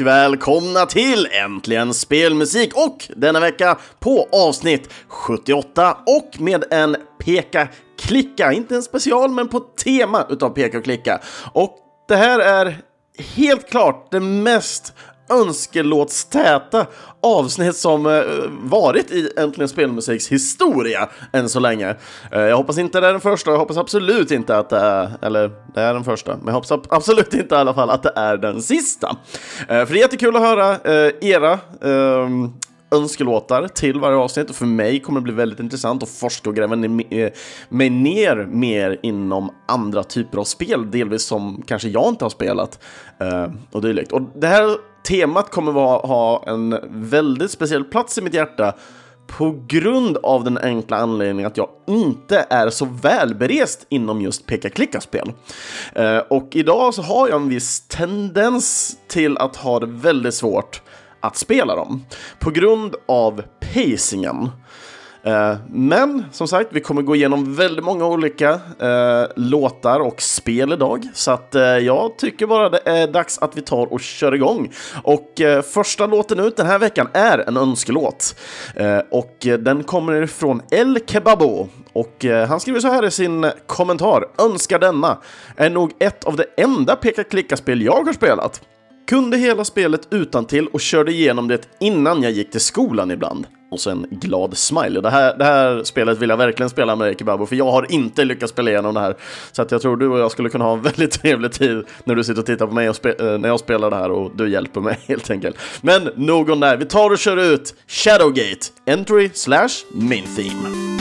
välkomna till Äntligen Spelmusik och denna vecka på avsnitt 78 och med en peka-klicka, inte en special men på tema utav peka och klicka. Och det här är helt klart det mest önskelåtstäta avsnitt som varit i Äntligen Spelmusiks historia än så länge. Jag hoppas inte det är den första, jag hoppas absolut inte att det är, eller det är den första, men jag hoppas absolut inte i alla fall att det är den sista. För det är jättekul att höra era önskelåtar till varje avsnitt, och för mig kommer det bli väldigt intressant att forska och gräva mig ner mer inom andra typer av spel, delvis som kanske jag inte har spelat och dylikt. Och det här temat kommer ha en väldigt speciell plats i mitt hjärta på grund av den enkla anledningen att jag inte är så välberest inom just peka-klicka-spel. Och idag så har jag en viss tendens till att ha det väldigt svårt att spela dem på grund av pacingen. Men som sagt, vi kommer gå igenom väldigt många olika låtar och spel idag, så att jag tycker bara det är dags att vi tar och kör igång. Och första låten ut den här veckan är en önskelåt, och den kommer från El Kebabo, och han skriver så här i sin kommentar: önskar denna är nog ett av det enda peka-klicka-spel jag har spelat. Kunde hela spelet utantill och körde igenom det innan jag gick till skolan ibland. Och så en glad smile. Det här spelet vill jag verkligen spela med Kebabo, för jag har inte lyckats spela igenom det här. Så att jag tror du och jag skulle kunna ha en väldigt trevlig tid när du sitter och tittar på mig och när jag spelar det här och du hjälper mig helt enkelt. Men någon där, vi tar och kör ut Shadowgate, Entry/Main Theme.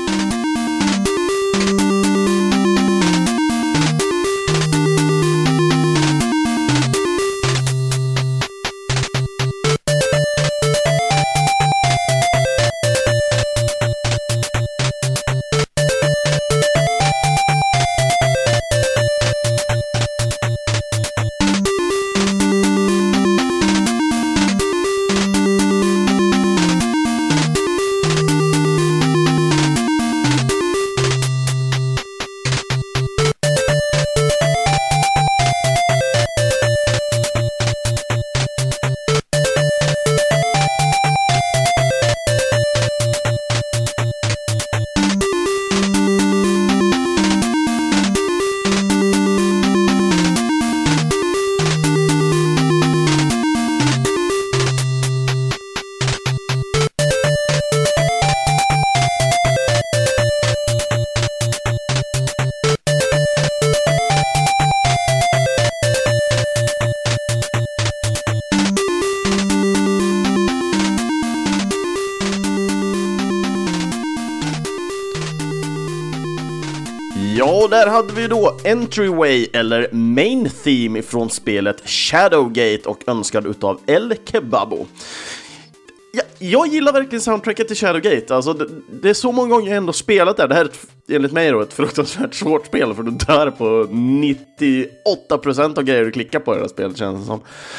Ja, där hade vi då Entryway eller Main Theme från spelet Shadowgate och önskad utav El Kebabo. Jag gillar verkligen soundtracket till Shadowgate. Alltså, det är så många gånger jag ändå spelat där. Det här är enligt mig då ett fruktansvärt svårt spel, för du dör på 98% av grejer du klickar på i det här spelet, känns det som.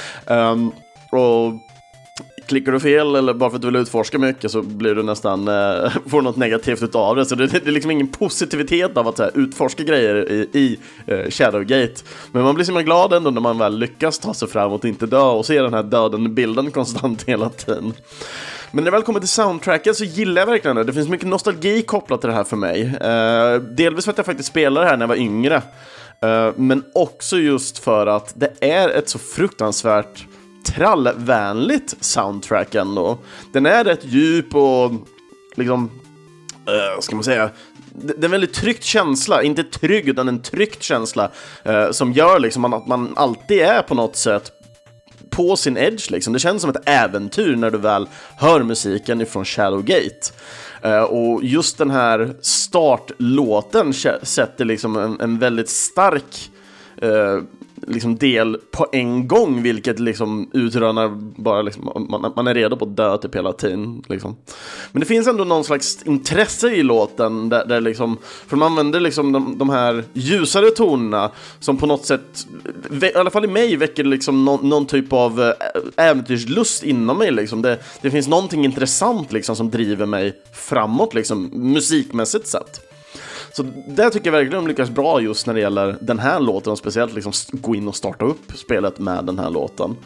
Och klickar du fel eller bara för att du vill utforska mycket så blir du nästan får något negativt utav det. Så det är liksom ingen positivitet av att så här, utforska grejer i Shadowgate. Men man blir så glad ändå när man väl lyckas ta sig framåt och inte dö och se den här döden bilden konstant hela tiden. Men när det väl kommer till soundtracket så gillar jag verkligen det. Det finns mycket nostalgi kopplat till det här för mig. Delvis för att jag faktiskt spelade det här när jag var yngre. Men också just för att det är ett så fruktansvärt trallvänligt soundtrack ändå. Den är rätt djup och liksom, ska man säga, det är en väldigt tryckt känsla, inte trygg utan en tryckt känsla som gör liksom att man alltid är på något sätt på sin edge liksom. Det känns som ett äventyr när du väl hör musiken ifrån Shadowgate. Och just den här startlåten sätter liksom en väldigt stark liksom del på en gång, vilket liksom utrönar bara liksom, man är redo på att dö typ hela tiden liksom. Men det finns ändå någon slags intresse i låten där liksom, för man använder liksom de här ljusare tonerna som på något sätt, i alla fall i mig, väcker liksom någon typ av äventyrslust inom mig liksom. Det finns någonting intressant liksom som driver mig framåt liksom, musikmässigt sett. Så det tycker jag verkligen lyckas bra just när det gäller den här låten, och speciellt liksom gå in och starta upp spelet med den här låten.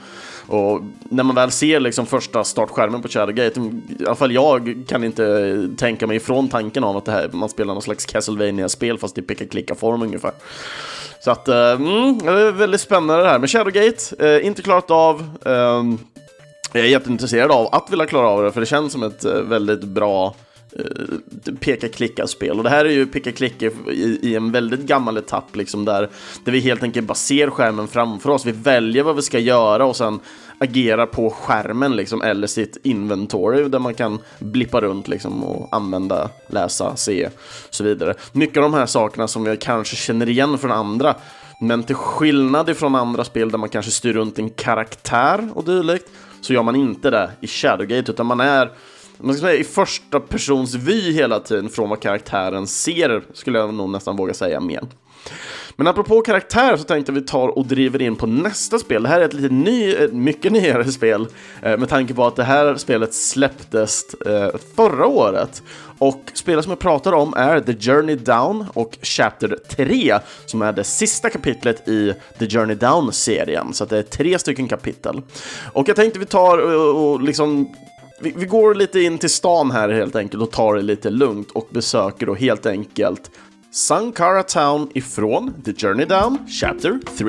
Och när man väl ser liksom första startskärmen på Shadowgate, i alla fall jag kan inte tänka mig ifrån tanken av att det här, man spelar någon slags Castlevania-spel fast i peka-klicka-form ungefär. Så att, det är väldigt spännande det här. Men Shadowgate, inte klarat av. Jag är jätteintresserad av att vilja klara av det, för det känns som ett väldigt bra peka-klicka-spel. Och det här är ju peka-klicka i en väldigt gammal etapp liksom, där vi helt enkelt bara ser skärmen framför oss. Vi väljer vad vi ska göra och sen agerar på skärmen liksom, eller sitt inventory där man kan blippa runt liksom, och använda, läsa, se och så vidare. Mycket av de här sakerna som jag kanske känner igen från andra, men till skillnad ifrån andra spel där man kanske styr runt en karaktär och dylikt, så gör man inte det i Shadowgate, utan man är, man ska säga, i första persons vy hela tiden från vad karaktären ser, skulle jag nog nästan våga säga mer. Men apropå karaktär så tänkte vi tar och driver in på nästa spel. Det här är ett lite mycket nyare spel, med tanke på att det här spelet släpptes förra året. Och spelet som jag pratar om är The Journey Down och Chapter 3, som är det sista kapitlet i The Journey Down-serien. Så att det är 3 stycken kapitel. Och jag tänkte vi tar och liksom... Vi går lite in till stan här helt enkelt och tar det lite lugnt och besöker då helt enkelt Sankara Town ifrån The Journey Down Chapter 3.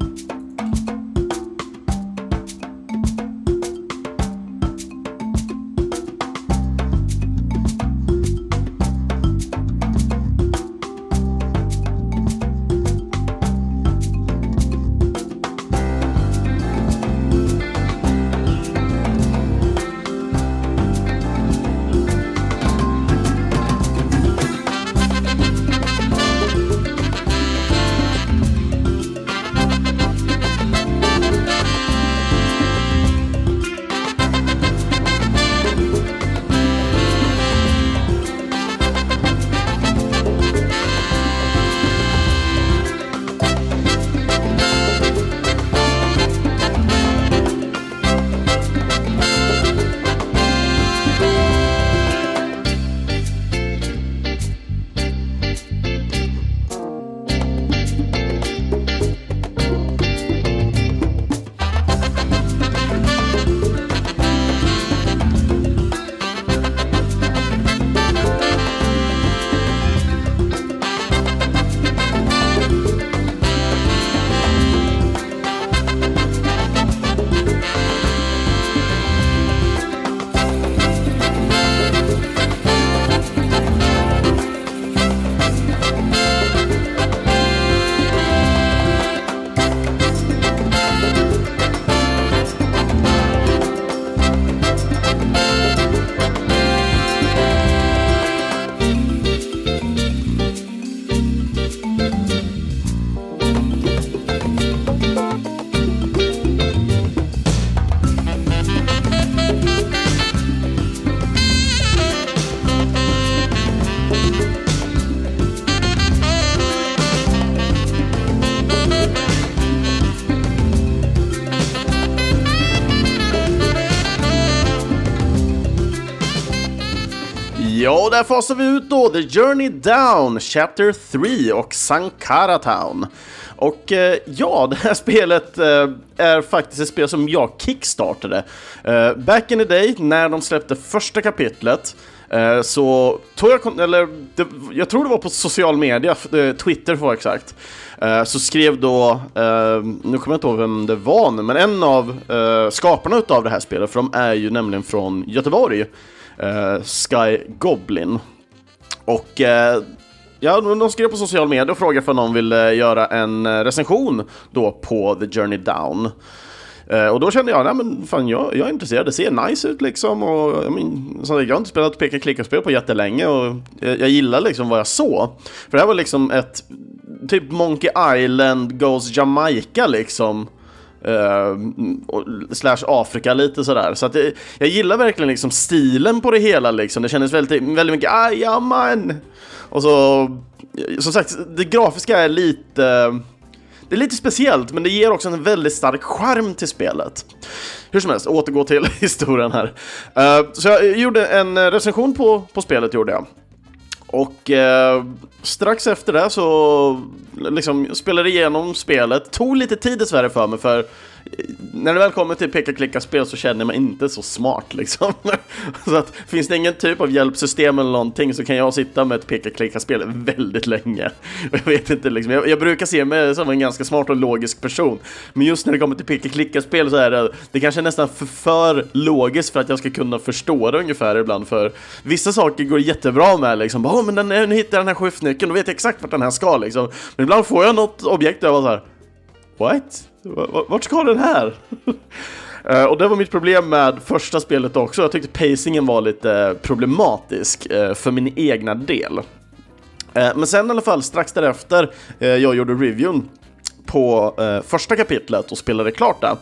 Ja, där fasar vi ut då The Journey Down, Chapter 3 och Sankara Town. Och ja, det här spelet är faktiskt ett spel som jag kickstartade. Back in the day, när de släppte första kapitlet, så tog jag tror det var på social media, Twitter för exakt. Så skrev då, nu kommer jag inte ihåg vem det var nu, men en av skaparna utav det här spelet, för de är ju nämligen från Göteborg, Sky Goblin. Och ja, de skrev på social media och frågade för någon vill göra en recension då på The Journey Down. Och då kände jag, nej men fan, jag är intresserad, det ser nice ut liksom. Och jag har inte spelat peka-klicka-spel på jättelänge och jag gillar liksom vad jag såg. För det här var liksom ett typ Monkey Island goes Jamaica liksom, slash Afrika lite sådär. Så att jag gillar verkligen liksom stilen på det hela liksom. Det kändes väldigt mycket ja man. Och så som sagt, det grafiska är det är lite speciellt, men det ger också en väldigt stark charm till spelet. Hur som helst, återgå till historien här. Så jag gjorde en recension på spelet, gjorde jag. Och strax efter det så liksom spelade igenom spelet. Tog lite tid dessvärre för mig, för när det väl kommer till peka-klicka-spel så känner jag mig inte så smart liksom. Så att finns det ingen typ av hjälpsystem eller någonting så kan jag sitta med ett peka-klicka-spel väldigt länge. Jag vet inte liksom, jag brukar se mig som en ganska smart och logisk person. Men just när det kommer till peka-klicka-spel så är det kanske nästan för logiskt för att jag ska kunna förstå det ungefär ibland. För vissa saker går jättebra med liksom, men nu hittar jag den här skiftnyckeln, då vet jag exakt vart den här ska liksom. Men ibland får jag något objekt där och så här, what? Vart ska den här? Och det var mitt problem med första spelet också. Jag tyckte pacingen var lite problematisk för min egna del. Men sen i alla fall strax därefter jag gjorde reviewen på första kapitlet och spelade klart det,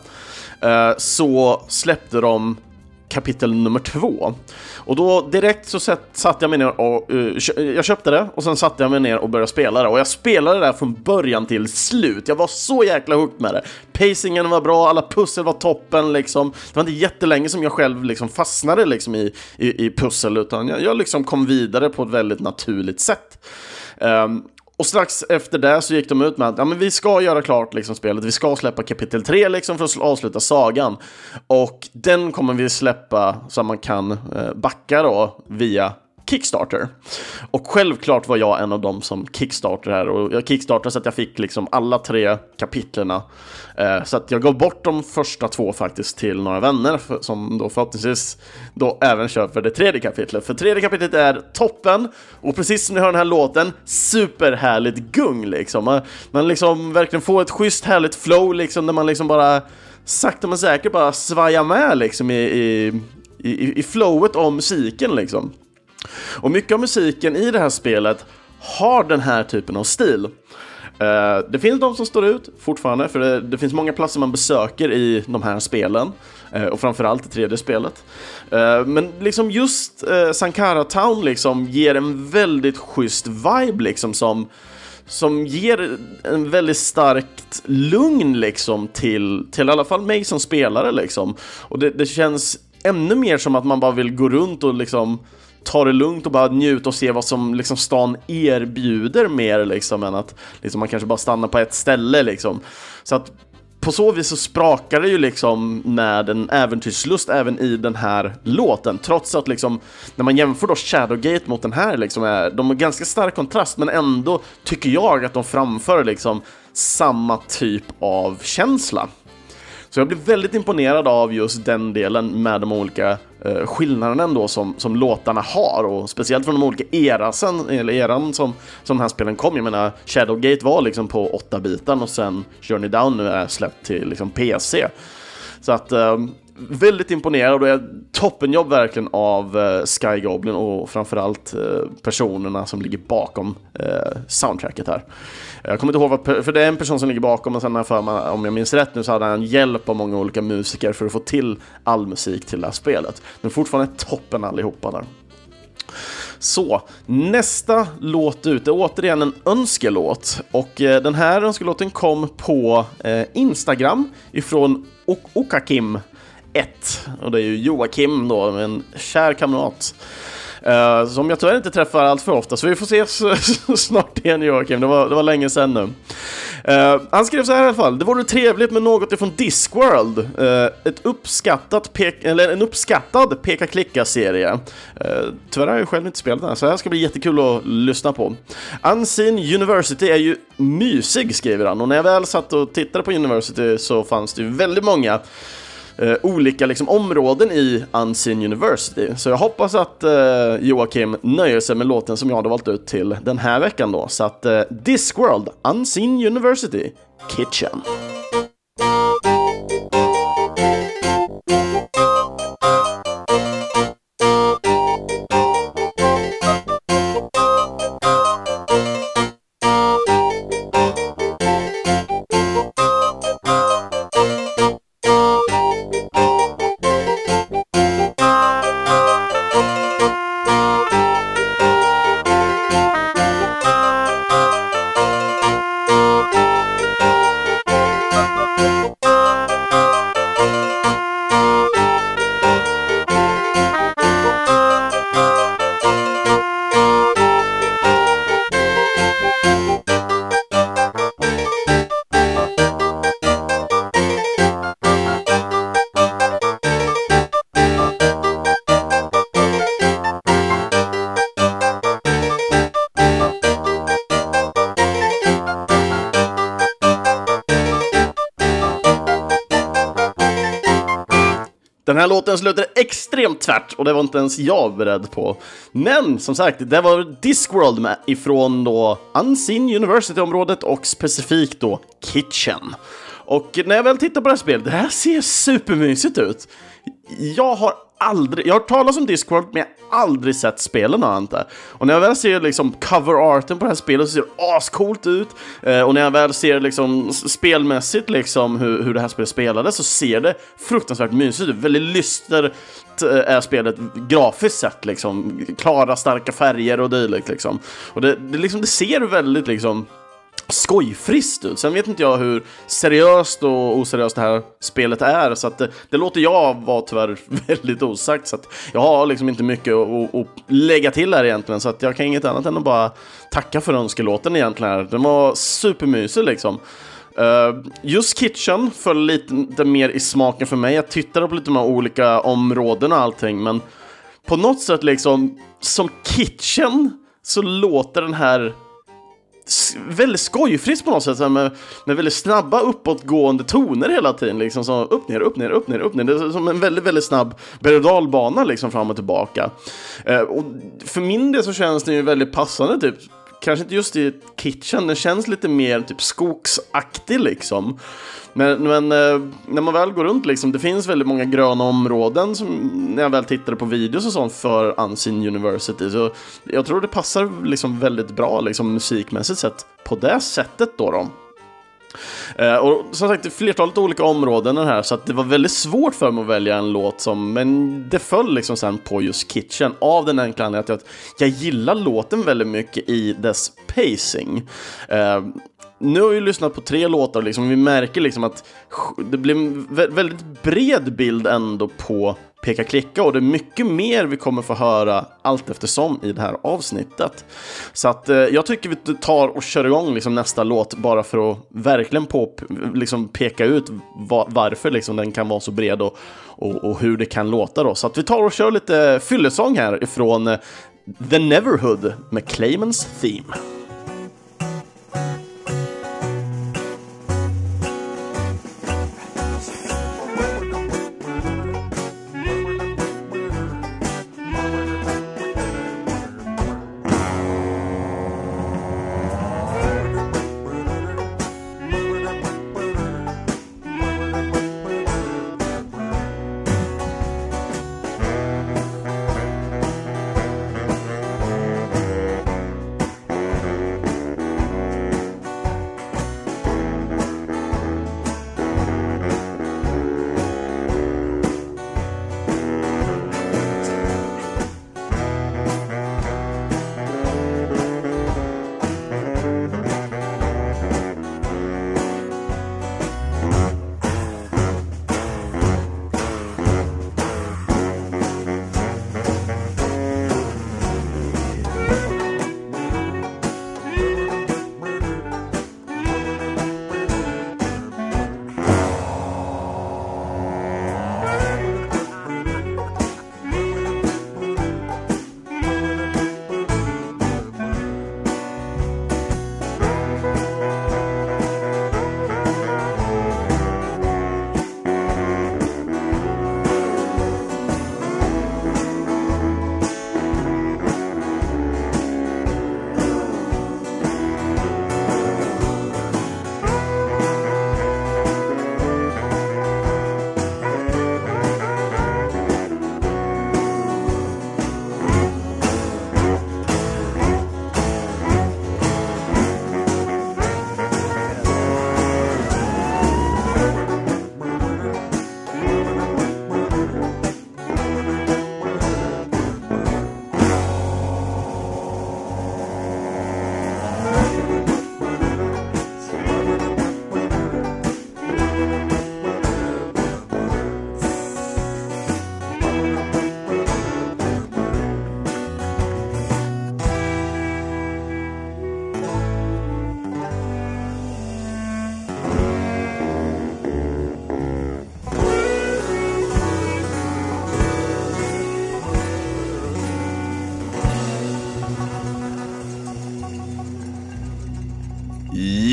så släppte de kapitel nummer 2. Och då direkt så satte jag mig ner och jag köpte det och sen satte jag mig ner och började spela det. Och jag spelade det där från början till slut. Jag var så jäkla hooked med det. Pacingen var bra, alla pussel var toppen liksom. Det var inte jättelänge som jag själv liksom fastnade liksom i pussel, utan jag liksom kom vidare på ett väldigt naturligt sätt. Och strax efter det så gick de ut med att men vi ska göra klart liksom spelet. Vi ska släppa kapitel 3 liksom för att avsluta sagan. Och den kommer vi släppa så att man kan backa då via Kickstarter. Och självklart var jag en av dem som kickstartade här. Och jag kickstartade så att jag fick liksom alla 3 kapitlerna. Så att jag gav bort de första 2 faktiskt till några vänner som då förhoppningsvis då även köper det 3:e kapitlet. För 3:e kapitlet är toppen. Och precis som ni hör den här låten, superhärligt gung liksom. Man liksom verkligen får ett schysst härligt flow liksom, där man liksom bara sakta men säkert bara svajar med liksom i flowet av musiken liksom. Och mycket av musiken i det här spelet har den här typen av stil. Det finns de som står ut fortfarande, för det finns många platser man besöker i de här spelen, och framförallt i 3D spelet. Men liksom just Sankara Town liksom ger en väldigt schysst vibe liksom, som ger en väldigt starkt lugn liksom till i alla fall mig som spelare liksom. Och det känns ännu mer som att man bara vill gå runt och liksom ta det lugnt och bara njuta och se vad som liksom stan erbjuder mer liksom, än att liksom man kanske bara stannar på ett ställe liksom. Så att på så vis så sprakar det ju liksom med en äventyrslust även i den här låten, trots att liksom när man jämför då Shadowgate mot den här liksom de har ganska stark kontrast, men ändå tycker jag att de framför liksom samma typ av känsla. Så jag blir väldigt imponerad av just den delen med de olika skillnaderna ändå som låtarna har, och speciellt från de olika eran som den här spelen kom. Jag menar, Shadowgate var liksom på 8-bitan och sen Journey Down nu är släppt till liksom PC. Så att väldigt imponerad, och toppenjobb verkligen av Sky Goblin och framförallt personerna som ligger bakom soundtracket här. Jag kommer inte ihåg för det är en person som ligger bakom, och sen om jag minns rätt nu så hade han hjälp av många olika musiker för att få till all musik till det här spelet. Men fortfarande toppen allihopa där. Så, nästa låt ut är återigen en önskelåt, och den här önskelåten kom på Instagram ifrån Okakim 1, och det är ju Joakim då, en kär kamrat som jag tyvärr inte träffar allt för ofta, så vi får ses snart igen, Joakim. Det var länge sedan nu. Han skrev så här i alla fall: det vore trevligt med något ifrån Discworld, en uppskattad peka-klicka-serie. Tyvärr har jag själv inte spelat den, så det här ska bli jättekul att lyssna på. Unseen University är ju mysig, skriver han, och när jag väl satt och tittade på University så fanns det ju väldigt många olika liksom områden i Unseen University. Så jag hoppas att Joakim nöjer sig med låten som jag hade valt ut till den här veckan då. Så att Discworld, Unseen University, Kitchen. Den här låten slutar extremt tvärt och det var inte ens jag beredd på. Men som sagt, det var Discworld med ifrån då Unseen University-området och specifikt då Kitchen. Och när jag väl tittar på det här spelet, det här ser supermysigt ut. Jag har hört talas om Discworld, men jag har aldrig sett spelen har jag inte. Och när jag väl ser liksom cover-arten på det här spelet så ser det ascoolt ut. Och när jag väl ser liksom spelmässigt liksom hur det här spelet spelades så ser det fruktansvärt mysigt ut. Väldigt lystert är spelet grafiskt sett liksom. Klara, starka färger och dylikt liksom. Och det ser väldigt liksom skojfriskt ut. Sen vet inte jag hur seriöst och oseriöst det här spelet är, så att det låter jag vara tyvärr väldigt osagt, så att jag har liksom inte mycket att lägga till här egentligen, så att jag kan inget annat än att bara tacka för önskelåten egentligen här. Den var supermysig liksom. Just Kitchen föll lite mer i smaken för mig. Jag tittade på lite de här olika områden och allting, men på något sätt liksom som Kitchen så låter den här väldigt skojfrisk på något sätt, med väldigt snabba uppåtgående toner hela tiden liksom, så upp ner. Det är som en väldigt, väldigt snabb berg- och dalbana liksom fram och tillbaka. Och för min del så känns det ju väldigt passande typ. Kanske inte just i Kitchen, det känns lite mer typ skogsaktig liksom. Men när man väl går runt liksom, det finns väldigt många gröna områden som, när jag väl tittade på videos och sånt för Unseen University, så jag tror det passar liksom väldigt bra liksom musikmässigt sett på det sättet då. Och som sagt, flertalet olika områden här, så att det var väldigt svårt för mig att välja en låt som, men det föll liksom sen på just Kitchen av den enkla anledningen att jag gillar låten väldigt mycket i dess pacing. Nu har vi lyssnat på 3 låtar liksom, vi märker liksom att det blir en väldigt bred bild ändå på peka-klicka, och det är mycket mer vi kommer få höra allt eftersom i det här avsnittet. Så att jag tycker vi tar och kör igång liksom nästa låt bara för att verkligen liksom peka ut varför liksom den kan vara så bred och hur det kan låta då. Så att vi tar och kör lite fyllesång här ifrån The Neverhood med Clayman's Theme.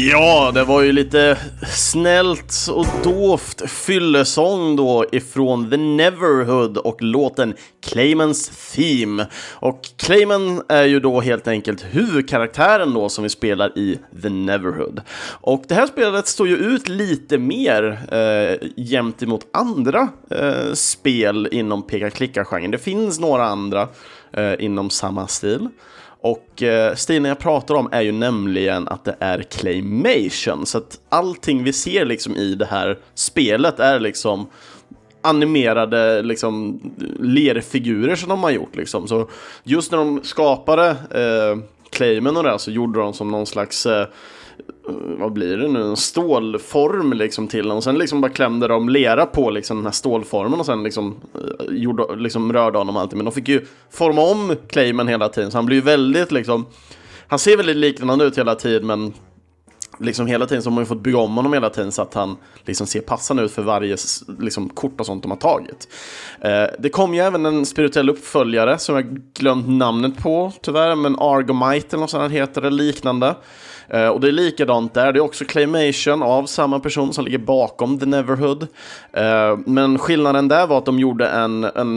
Ja, det var ju lite snällt och dovt fyllesång då ifrån The Neverhood och låten Clayman's Theme. Och Clayman är ju då helt enkelt huvudkaraktären då som vi spelar i The Neverhood. Och det här spelet står ju ut lite mer jämt emot andra spel inom peka-klicka-genren. Det finns några andra inom samma stil. Och stilen jag pratar om är ju nämligen att det är claymation. Så att allting vi ser liksom i det här spelet är liksom animerade liksom lerfigurer som de har gjort liksom. Så just när de skapade Clayman och det så gjorde de som någon slags vad blir det nu, en stålform liksom till den. Och sen liksom bara klämde de lera på liksom den här stålformen och sen liksom gjorde, liksom rörde honom alltid. Men de fick ju forma om Clayman hela tiden, så han blir ju väldigt liksom, han ser väldigt liknande ut hela tiden, men liksom hela tiden så har man ju fått bygga om honom hela tiden så att han liksom ser passande ut för varje liksom kort och sånt de har tagit. Det kom ju även en spirituell uppföljare som jag glömt namnet på tyvärr, men Argomite eller något sånt heter det, liknande. Och det är likadant där. Det är också claymation av samma person som ligger bakom The Neverhood. Men skillnaden där var att de gjorde en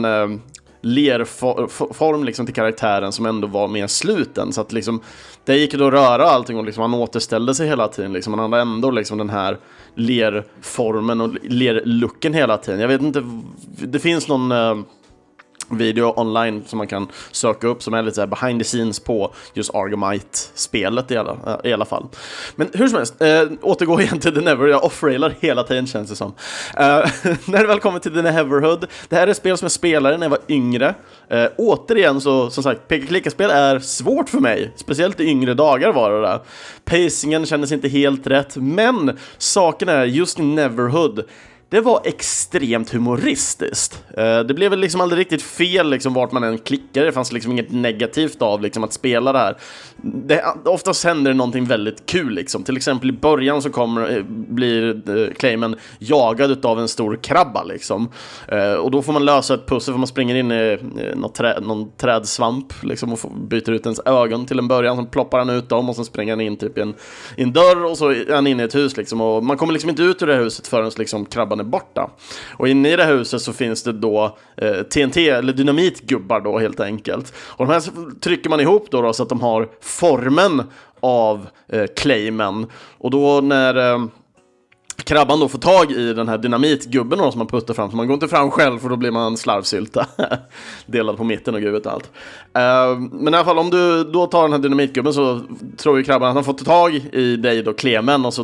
lerform liksom till karaktären som ändå var mer sluten. Så att liksom, det gick då att röra allting och liksom han återställde sig hela tiden. Liksom. Han hade ändå liksom den här lerformen och lerlooken hela tiden. Jag vet inte, det finns någon video online som man kan söka upp som är lite så här behind the scenes på just Argomite-spelet i alla fall. Men hur som helst, återgå igen till The Neverhood. Jag off-railar hela tiden, känns det som. När det väl kommer till The Neverhood, det här är ett spel som jag spelade när jag var yngre. Återigen så, som sagt, peka-klicka-spel är svårt för mig. Speciellt i yngre dagar var det där. Pacingen kändes inte helt rätt, men saken är just Neverhood, det var extremt humoristiskt. Det blev väl liksom aldrig riktigt fel liksom vart man än klickade. Det fanns liksom inget negativt av liksom att spela det här. Oftast händer det någonting väldigt kul liksom. Till exempel i början så blir Clayman jagad av en stor krabba liksom. Och då får man lösa ett pussel för man springer in i någon trädsvamp liksom och byter ut ens ögon till en början. Så ploppar han ut dem och så springer han in typ i en dörr och så är han inne i ett hus liksom. Och man kommer liksom inte ut ur det här huset förrän liksom krabban är borta. Och inne i det här huset så finns det då TNT eller dynamitgubbar då helt enkelt. Och de här trycker man ihop då så att de har formen av Clayman. Och då när krabban då får tag i den här dynamitgubben då, som man puttar fram, så man går inte fram själv för då blir man slarvsylta delad på mitten och gud allt. Men i alla fall om du då tar den här dynamitgubben så tror ju krabban att han får ta tag i dig då, Clayman, och så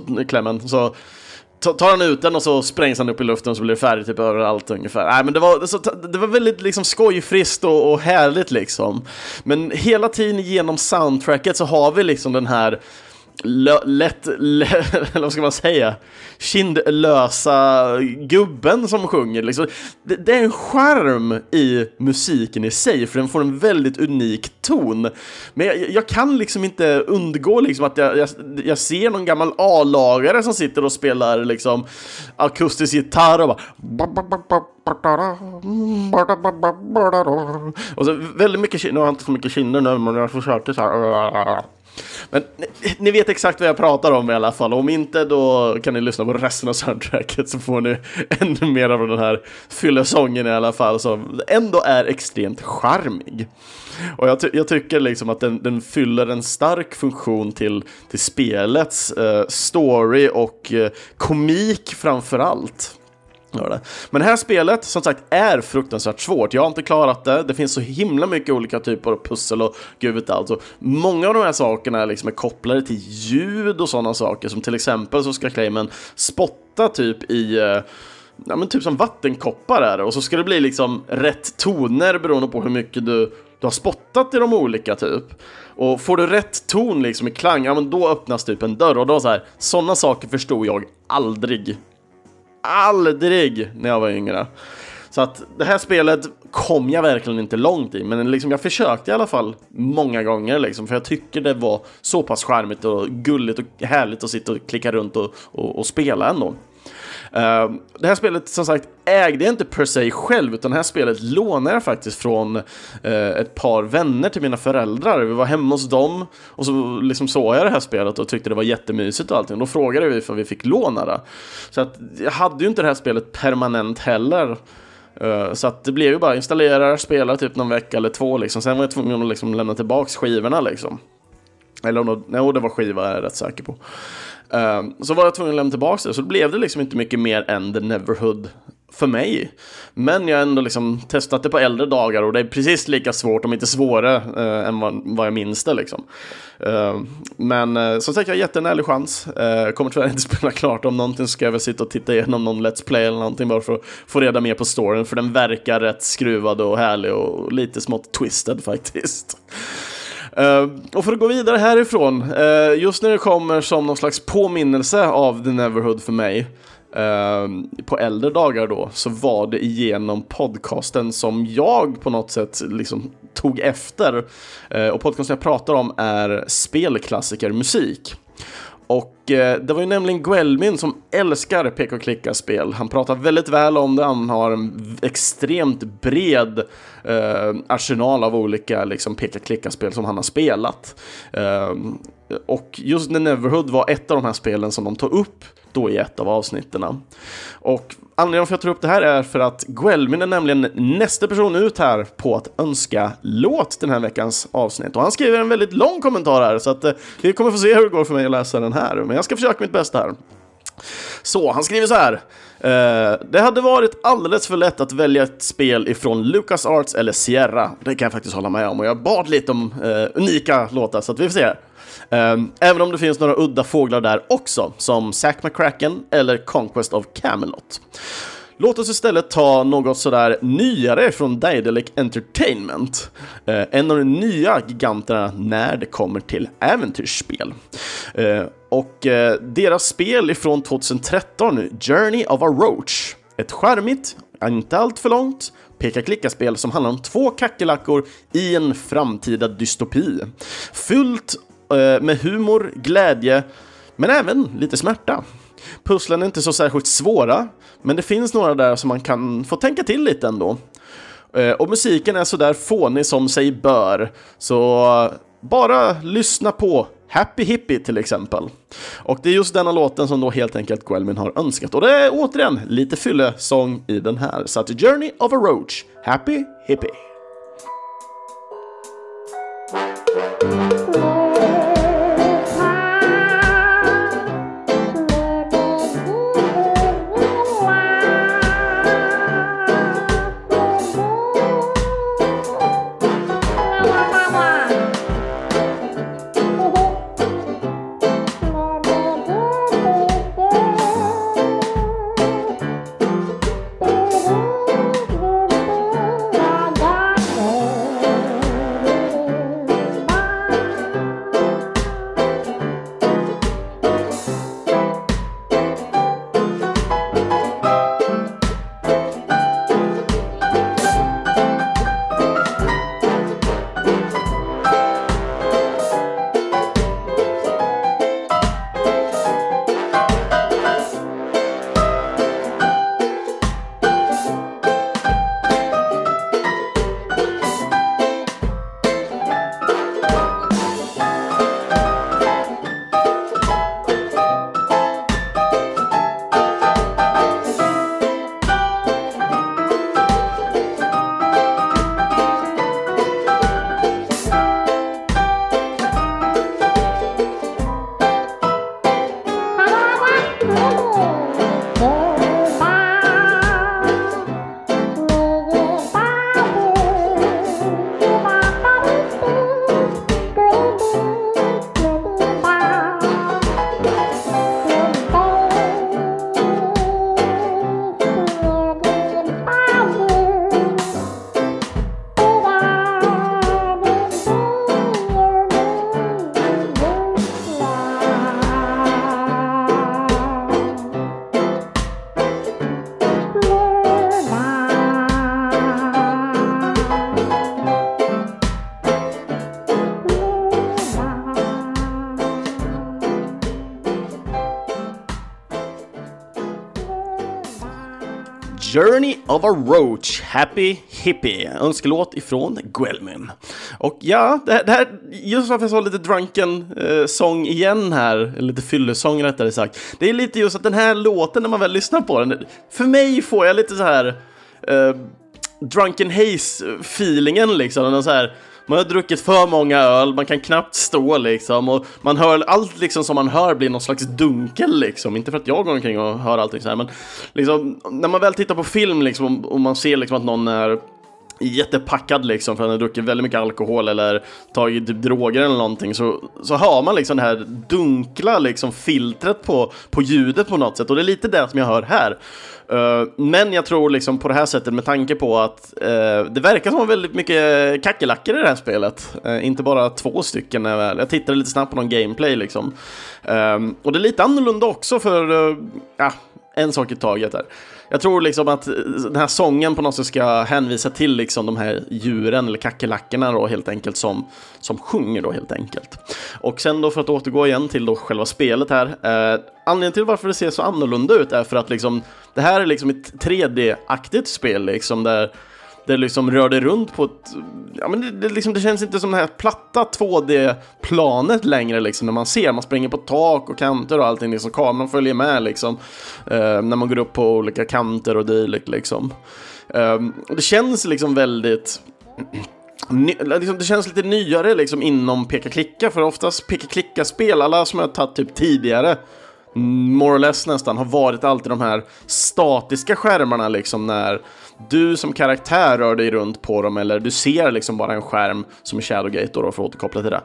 tar han ut den och så sprängs han upp i luften och så blir det färdigt typ överallt ungefär. Nej, men det var väldigt liksom skojfriskt och härligt liksom. Men hela tiden genom soundtracket så har vi liksom den här eller vad ska man säga, kindlösa gubben som sjunger liksom. Det är en charm i musiken i sig, för den får en väldigt unik ton. Men jag kan liksom inte undgå liksom att jag ser någon gammal A-lagare som sitter och spelar liksom akustisk gitarr och och så väldigt mycket, nu har jag inte så mycket kinder nu, men jag försöker så här. Men ni vet exakt vad jag pratar om i alla fall. Om inte, då kan ni lyssna på resten av soundtracket så får ni ännu mer av den här fyllesången i alla fall, som ändå är extremt charmig. Och jag tycker liksom att den fyller en stark funktion till spelets story och komik framförallt. Men det här spelet, som sagt, är fruktansvärt svårt. Jag har inte klarat det. Det finns så himla mycket olika typer av pussel och gud vet allt. Många av de här sakerna liksom är kopplade till ljud och sådana saker. Som till exempel så ska Clayman spotta typ i typ som vattenkoppar är det. Och så ska det bli liksom rätt toner beroende på hur mycket du har spottat i de olika typ. Och får du rätt ton liksom i klang, ja men då öppnas typ en dörr. Och då så här, sådana saker förstod jag aldrig när jag var yngre. Så att det här spelet kom jag verkligen inte långt i, men liksom jag försökte i alla fall många gånger liksom, för jag tycker det var så pass charmigt och gulligt och härligt att sitta och klicka runt och spela ändå. Det här spelet, som sagt, ägde jag inte per se själv, utan det här spelet lånade jag faktiskt från ett par vänner till mina föräldrar. Vi var hemma hos dem och så liksom såg jag det här spelet och tyckte det var jättemysigt och allting. Då frågade vi för vi fick låna det. Så att jag hade ju inte det här spelet permanent heller. Så att det blev ju bara installera, spela typ någon vecka eller två liksom. Sen var jag tvungen att liksom lämna tillbaks skivorna liksom. Eller det var skiva, är jag rätt säker på. Så var jag tvungen att lämna tillbaka det. Så blev det liksom inte mycket mer än The Neverhood för mig. Men jag har ändå liksom testat det på äldre dagar. Och det är precis lika svårt, om inte svårare, än vad jag minns det liksom. Men som sagt, jag har gett en ärlig chans. Kommer tyvärr inte spela klart. Om någonting ska jag väl sitta och titta igenom någon Let's Play eller någonting, bara för att få reda mer på storyn. För den verkar rätt skruvad och härlig och lite smått twisted faktiskt. Och för att gå vidare härifrån, just när det kommer som någon slags påminnelse av The Neverhood för mig, på äldre dagar då, så var det igenom podcasten som jag på något sätt liksom tog efter. Och podcasten jag pratar om är Spelklassikermusik. Och det var ju nämligen Guelmin som älskar peka-klicka-spel. Han pratar väldigt väl om det. Han har en extremt bred arsenal av olika liksom, peka-klicka-spel som han har spelat. Och just The Neverhood var ett av de här spelen som de tog upp då i ett av avsnitterna. Och anledningen för att jag tar upp det här är för att Guelmin är nämligen nästa person ut här på att önska låt den här veckans avsnitt. Och han skriver en väldigt lång kommentar här, så att vi kommer få se hur det går för mig att läsa den här. Men jag ska försöka mitt bästa här. Så, han skriver så här. Det hade varit alldeles för lätt att välja ett spel ifrån LucasArts eller Sierra. Det kan jag faktiskt hålla med om. Och jag bad lite om unika låtar, så att vi får se. Även om det finns några udda fåglar där också, som Zack McCracken eller Conquest of Camelot. Låt oss istället ta något sådär nyare från Daedalic Entertainment. En av de nya giganterna när det kommer till äventyrsspel. Och deras spel ifrån 2013, Journey of a Roach. Ett charmigt, inte allt för långt, peka-klicka-spel som handlar om två kackerlackor i en framtida dystopi. Fullt med humor, glädje, men även lite smärta. Pusslen är inte så särskilt svåra, men det finns några där som man kan få tänka till lite ändå. Och musiken är så där fånig som sig bör. Så bara lyssna på Happy Hippie till exempel. Och det är just denna låten som då helt enkelt Guelmin har önskat. Och det är återigen lite fyllesång i den här. Så att Journey of a Roach, Happy Hippie. Journey of a Roach, Happy Hippie, önskelåt ifrån Guelmin. Och ja, det här just varför jag sa lite drunken sång igen här, lite fyllesång rättare sagt. Det är lite just att den här låten, när man väl lyssnar på den, för mig får jag lite så här Drunken Haze-feelingen liksom, den så här. Man har druckit för många öl, man kan knappt stå liksom, och man hör allt liksom som man hör blir någon slags dunkel liksom. Inte för att jag går omkring och hör allting så här, men liksom, när man väl tittar på film liksom, och man ser liksom att någon är jättepackad liksom, för att han har druckit väldigt mycket alkohol eller tagit typ droger eller någonting, så hör man liksom det här dunkla liksom filtret på ljudet på något sätt, och det är lite det som jag hör här. Men jag tror liksom på det här sättet, med tanke på att det verkar som väldigt mycket kackerlackor i det här spelet, inte bara 2 stycken. Jag tittade lite snabbt på någon gameplay liksom, och det är lite annorlunda också för en sak i taget där. Jag tror liksom att den här sången på något sätt ska hänvisa till liksom de här djuren eller kackerlackorna då, helt enkelt, som sjunger då helt enkelt. Och sen då, för att återgå igen till då själva spelet här, anledningen till varför det ser så annorlunda ut är för att liksom det här är liksom ett 3D-aktigt spel liksom, där det liksom rör det runt på ett, ja men det känns inte som det här platta 2D-planet längre liksom, när man springer på tak och kanter och allting liksom, kameran följer med liksom, när man går upp på olika kanter och dylikt liksom. Det känns liksom väldigt det känns lite nyare liksom inom peka-klicka, för oftast peka-klicka-spel, alla som jag har tagit typ tidigare, more or less nästan, har varit alltid de här statiska skärmarna liksom, när du som karaktär rör dig runt på dem, eller du ser liksom bara en skärm som är Shadowgate då, för att återkoppla till det.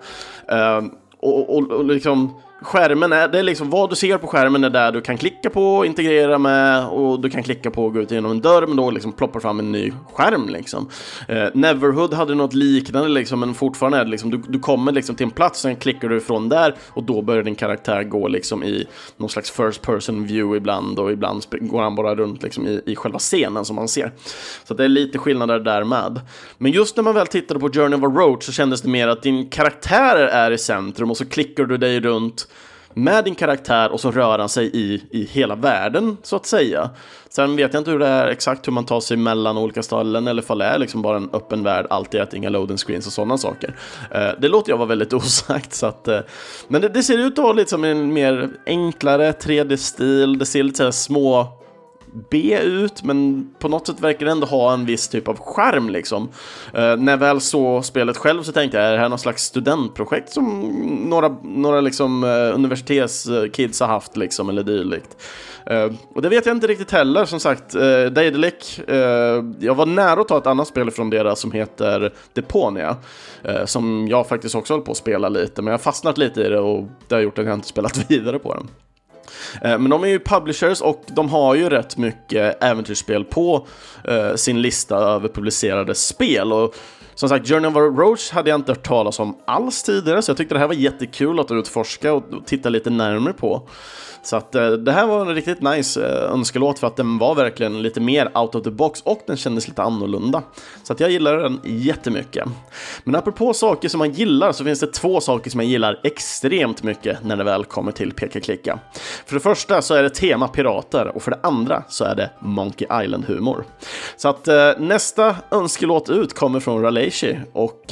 Och liksom skärmen är, det är liksom vad du ser på skärmen är där du kan klicka på och integrera med, och du kan klicka på och gå ut genom en dörr, men då liksom ploppar fram en ny skärm liksom. Neverhood hade något liknande liksom, men fortfarande är det liksom, du kommer liksom till en plats, sen klickar du ifrån där och då börjar din karaktär gå liksom i någon slags first person view ibland, och ibland går han bara runt liksom i själva scenen som man ser. Så det är lite skillnader där med. Men just när man väl tittade på Journey of a Roach så kändes det mer att din karaktär är i centrum, och så klickar du dig runt med din karaktär och så rör han sig i hela världen så att säga. Sen vet jag inte hur det är exakt, hur man tar sig mellan olika ställen, eller ifall det är liksom bara en öppen värld, alltid att inga loading screens och sådana saker. Det låter jag vara väldigt osagt, så att, men det ser ut att ha lite som en mer enklare 3D-stil. Det ser lite så här små B ut, men på något sätt verkar det ändå ha en viss typ av charm liksom. När väl så spelet själv så tänkte jag, är det här någon slags studentprojekt som några liksom universitetskids har haft liksom, eller dylikt. Och det vet jag inte riktigt heller, som sagt. Daedalic, jag var nära att ta ett annat spel från deras som heter Deponia, som jag faktiskt också håller på att spela lite, men jag har fastnat lite i det, och det har gjort att jag inte spelat vidare på den. Men de är ju publishers, och de har ju rätt mycket äventyrsspel på sin lista över publicerade spel. Och som sagt, Journey of a Roach hade jag inte hört talas om alls tidigare, så jag tyckte det här var jättekul att utforska och titta lite närmare på. Så att det här var en riktigt nice önskelåt, för att den var verkligen lite mer out of the box, och den kändes lite annorlunda. Så att jag gillar den jättemycket. Men apropå saker som man gillar, så finns det 2 saker som jag gillar extremt mycket när det väl kommer till peka-klicka. För det första så är det tema pirater, och för det andra så är det Monkey Island-humor. Så att nästa önskelåt ut kommer från Raleigh, och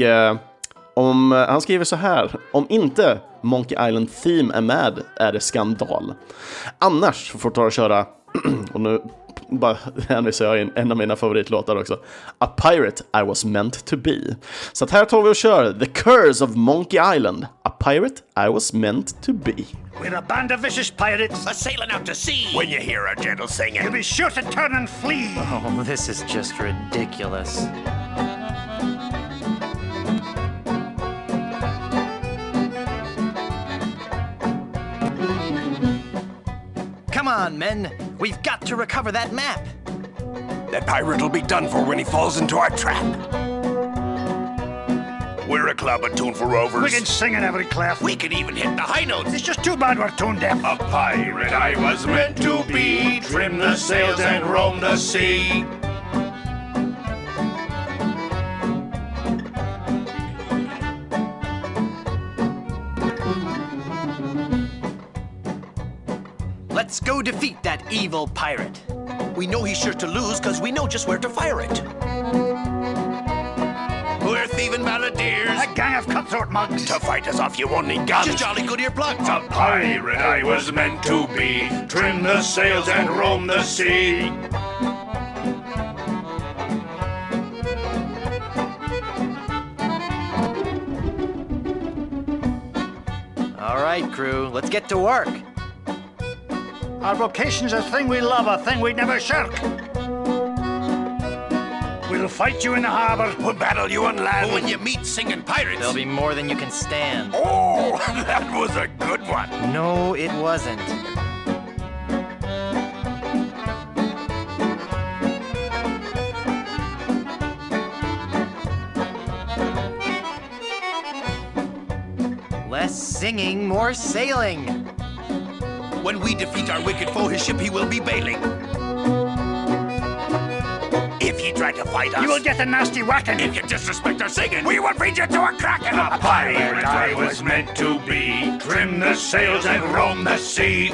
han skriver så här: om inte Monkey Island Theme är med är det skandal. Annars får du köra och nu bara hänvisar jag in en av mina favoritlåtar också, A Pirate I Was Meant To Be. Så att här tar vi och kör The Curse of Monkey Island, A Pirate I Was Meant To Be. We're a band of vicious pirates sailing out to sea. When you hear our gentle singing, you'll be sure to turn and flee. Oh, this is just ridiculous. Come on, men. We've got to recover that map. That pirate will be done for when he falls into our trap. We're a club attuned for rovers. We can sing in every clef. We can even hit the high notes. It's just too bad we're tone deaf. A pirate I was meant to be. Trim the sails and roam the sea. Let's go defeat that evil pirate. We know he's sure to lose because we know just where to fire it. We're thieving balladeers. A gang of cutthroat mugs. To fight us off, you won't need guns. Just jolly good earplugs. A pirate I was meant to be. Trim the sails and roam the sea. All right, crew, let's get to work. Our vocation's a thing we love, a thing we'd never shirk. We'll fight you in the harbor. We'll battle you on land. When you meet singing pirates. There'll be more than you can stand. Oh, that was a good one. No, it wasn't. Less singing, more sailing. When we defeat our wicked foe, his ship he will be bailing. If you try to fight us, You will get a nasty whacking. if you disrespect our singing, we will feed you to a kraken. A pirate I was meant to be. Trim the sails and roam the sea.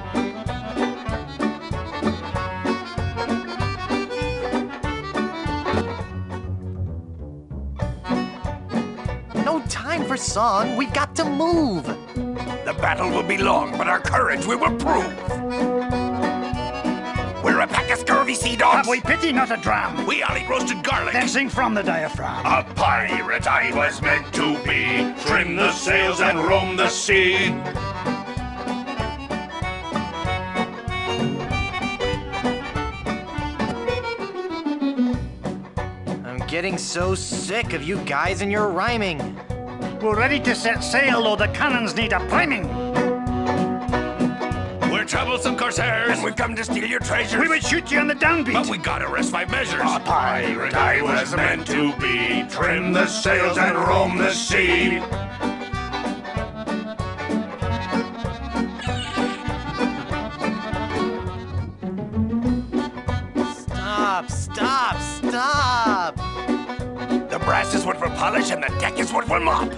No time for song, we've got to move. The battle will be long, but our courage we will prove. We're a pack of scurvy sea dogs. Have we pity, not a dram? We all eat roasted garlic. Then sing from the diaphragm. A pirate I was meant to be. Trim the sails and roam the sea. I'm getting so sick of you guys and your rhyming. We're ready to set sail, though the cannons need a priming. We're troublesome corsairs, and we've come to steal your treasures. We would shoot you on the downbeat. But we gotta rest 5 measures. A pirate I was meant to be. Trim the sails and roam the sea. Stop, stop, stop! The brass is what we'll polish, and the deck is what we'll mop.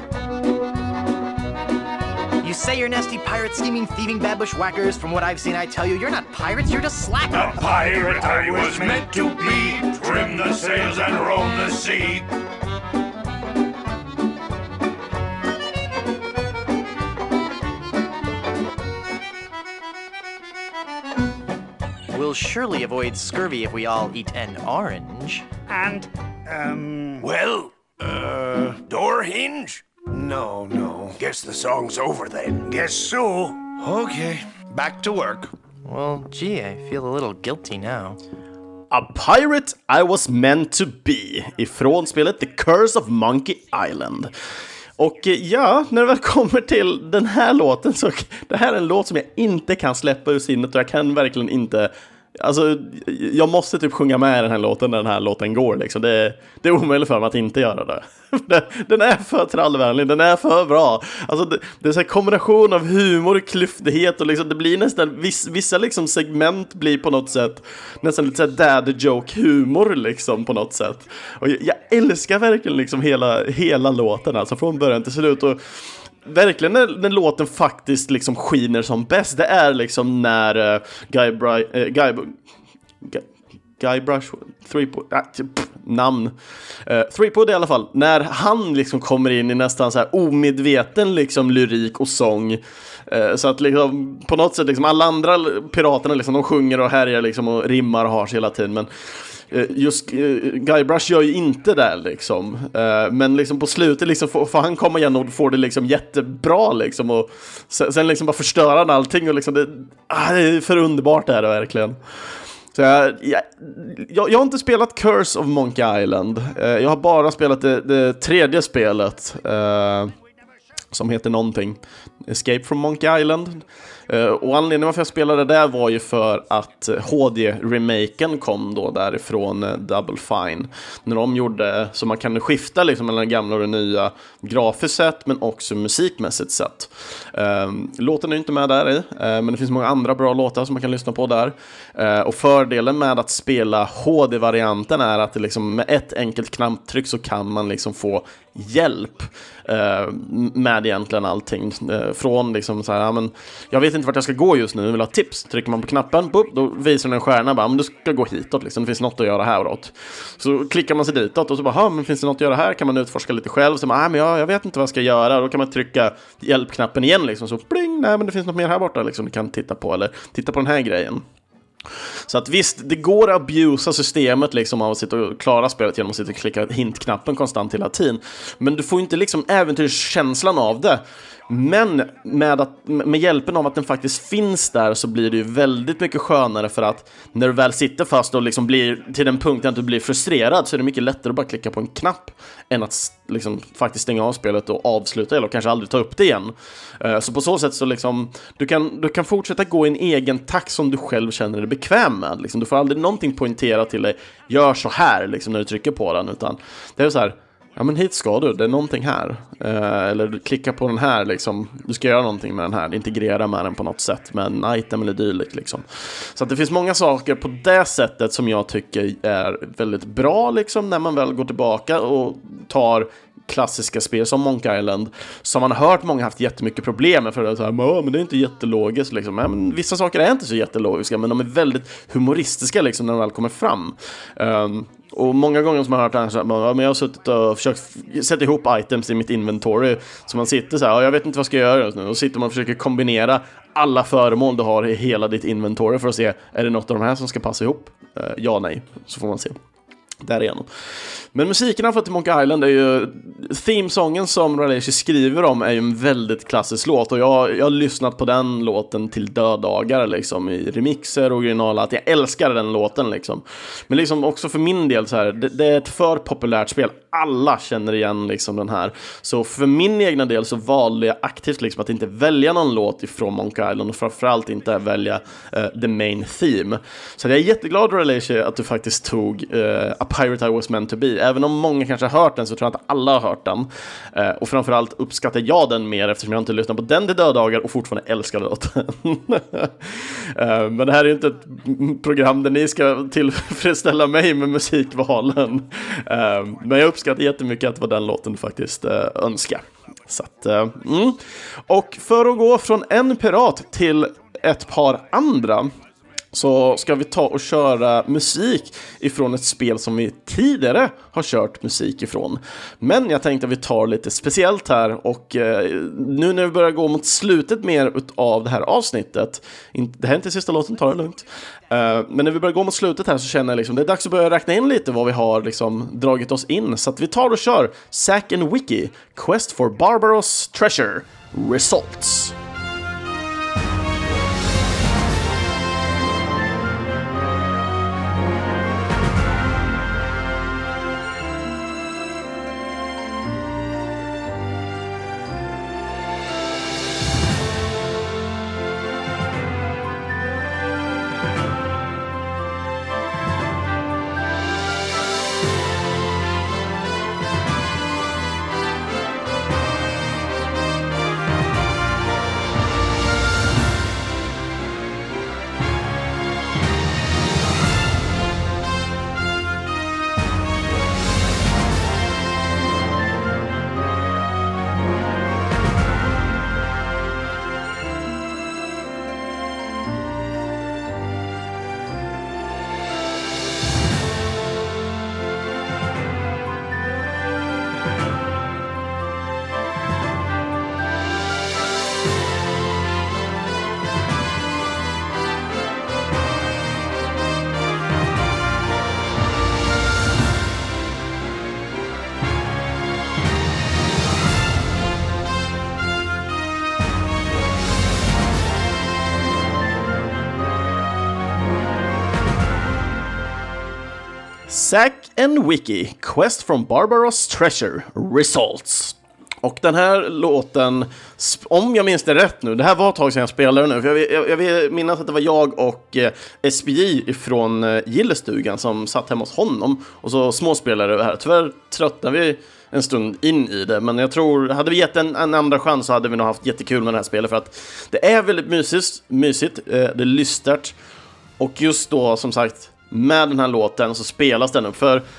You say you're nasty pirates, scheming, thieving, bad bushwhackers. From what I've seen, I tell you, you're not pirates, you're just A slackers. pirate I was meant to be. Trim the sails and roam the sea. We'll surely avoid scurvy if we all eat an orange. And, Well, door hinge? No. Guess the song's over then. guess so. Okay, back to work. Well, gee, I feel a little guilty now. A Pirate I Was Meant To Be ifrån spelet The Curse of Monkey Island. Och ja, när det väl kommer till den här låten så det här är en låt som jag inte kan släppa ur sinnet och jag kan verkligen inte, alltså jag måste typ sjunga med i den här låten när den här låten går liksom. Det är omöjligt för mig att inte göra det. Den är för trallvänlig, den är för bra. Alltså det är så här kombination av humor och klyftighet och liksom det blir nästan vissa liksom segment blir på något sätt nästan lite så här daddy joke humor liksom på något sätt. Och jag älskar verkligen liksom hela låten alltså från början till slut och verkligen när låten faktiskt liksom skiner som bäst, det är liksom när Guybrush Threepwood i alla fall, när han liksom kommer in i nästan så här omedveten liksom lyrik och sång, så att liksom på något sätt liksom alla andra piraterna liksom de sjunger och härjar liksom och rimmar och har sig hela tiden, men just Guybrush gör ju inte det liksom, men liksom på slutet liksom får han komma igen och får det liksom jättebra liksom och sen liksom bara förstöra han allting och liksom det är för underbart det här verkligen. Så jag har inte spelat Curse of Monkey Island. Jag har bara spelat det tredje spelet som heter någonting Escape from Monkey Island. Och anledningen varför jag spelade det där var ju för att HD-remaken kom då därifrån Double Fine. När de gjorde så man kan skifta liksom mellan det gamla och det nya grafiskt sett men också musikmässigt sett. Låten är inte med där i, men det finns många andra bra låtar som man kan lyssna på där. Och fördelen med att spela HD-varianten är att det liksom med ett enkelt knapptryck så kan man liksom få hjälp med egentligen allting. Från liksom så här, ja, men jag vet inte vart jag ska gå just nu, jag vill ha tips. Trycker man på knappen, då visar den en stjärna, bara, men du ska gå hitåt liksom. Det finns något att göra häråt. Så klickar man sig ditåt och så bara, men finns det något att göra här? Kan man utforska lite själv? Så bara, men jag vet inte vad jag ska göra. Då kan man trycka hjälpknappen igen liksom. Så pling, nej men det finns något mer här borta liksom, du kan titta på, eller titta på den här grejen. Så att visst, det går att abusa systemet liksom av att sitta och klara spelet genom att sitta och klicka hintknappen konstant hela tiden. Men du får inte liksom äventyrskänslan av det. Men med hjälpen av att den faktiskt finns där så blir det ju väldigt mycket skönare, för att när du väl sitter fast och liksom blir till den punkten att du blir frustrerad, så är det mycket lättare att bara klicka på en knapp än att liksom faktiskt stänga av spelet och avsluta eller kanske aldrig ta upp det igen. Så på så sätt så liksom du kan fortsätta gå i en egen takt som du själv känner dig bekväm med. Liksom, du får aldrig någonting poängterat till dig, gör så här liksom, när du trycker på den, utan det är så här, ja men hit ska du, det är någonting här. Eller du klickar på den här liksom, du ska göra någonting med den här, integrera med den på något sätt med en item eller dylikt liksom. Så att det finns många saker på det sättet som jag tycker är väldigt bra liksom, när man väl går tillbaka och tar klassiska spel som Monkey Island, som man har hört många haft jättemycket problem med, för att säga, men det är inte jättelogiskt liksom. Men vissa saker är inte så jättelogiska, men de är väldigt humoristiska liksom när de väl kommer fram. Och många gånger som man har hört det här så här, men jag har suttit och försökt sätta ihop items i mitt inventory, så man sitter så här, jag vet inte vad ska jag göra just nu, och sitter man och försöker kombinera alla föremål du har i hela ditt inventory för att se, är det något av de här som ska passa ihop? Ja, nej, så får man se. Därigenom. Men musiken för till Monkey Island är ju, themesången som Raleigh skriver om är ju en väldigt klassisk låt, och jag har lyssnat på den låten till döddagar liksom, i remixer och originala, att jag älskar den låten liksom. Men liksom också för min del så här, det är ett för populärt spel, alla känner igen liksom den här, så för min egna del så valde jag aktivt liksom att inte välja någon låt ifrån Monkey Island, och framförallt inte välja the main theme. Så jag är jätteglad, Raleigh, att du faktiskt tog A Pirate I Was Meant To Be. Även om många kanske har hört den, så tror jag att alla har hört den. Och framförallt uppskattar jag den mer, eftersom jag inte lyssnat på den till döddagar och fortfarande älskar låten. Men det här är ju inte ett program där ni ska tillfredsställa mig med musikvalen. Men jag uppskattar jättemycket att det var den låten faktiskt önskar. Så att, Och för att gå från en pirat till ett par andra, så ska vi ta och köra musik ifrån ett spel som vi tidigare har kört musik ifrån. Men jag tänkte att vi tar lite speciellt här, och nu när vi börjar gå mot slutet mer av det här avsnittet, det här är inte sista låten, ta det lugnt. Men när vi börjar gå mot slutet här så känner jag liksom, det är dags att börja räkna in lite vad vi har liksom dragit oss in. Så att vi tar och kör Zack and Wiki, Quest for Barbaros Treasure, Results. Zack and Wiki, Quest from Barbaros Treasure, Results. Och den här låten, om jag minns det rätt nu, det här var ett tag sedan jag spelade nu, för jag vill minnas att det var jag och SBJ från Gillestugan som satt hemma hos honom, och så småspelade det här. Tyvärr tröttnade vi en stund in i det, men jag tror, hade vi gett en andra chans så hade vi nog haft jättekul med det här spelet, för att det är väldigt mysigt, det är lystert, och just då, som sagt, med den här låten så spelas den upp, för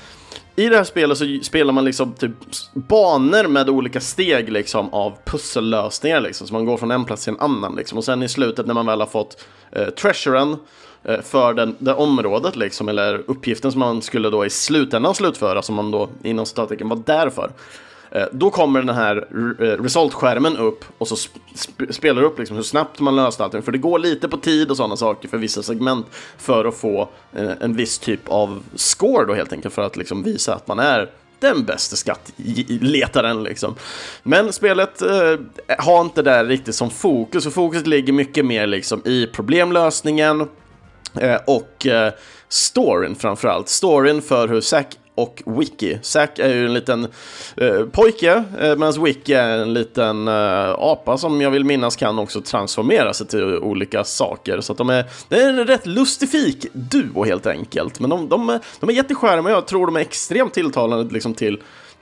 I det här spelet så spelar man liksom typ banor med olika steg liksom av pussellösningar liksom. Så man går från en plats till en annan liksom. Och sen i slutet när man väl har fått treasuren för det området liksom, eller uppgiften som man skulle då i slutändan slutföra, som man då inom citattecken var där för. Då kommer den här result-skärmen upp och så spelar upp liksom hur snabbt man löste allting. För det går lite på tid och sådana saker för vissa segment för att få en viss typ av score då helt enkelt, för att liksom visa att man är den bästa skattletaren liksom. Men spelet har inte det riktigt som fokus, och fokuset ligger mycket mer liksom i problemlösningen och storyn framförallt. Storyn för hur Zack och Wiki. Zack är ju en liten pojke, medan Wiki är en liten apa som jag vill minnas kan också transformera sig till olika saker. Så att det är en rätt lustifik duo helt enkelt. Men de är jätteskärma, och jag tror de är extremt tilltalande liksom till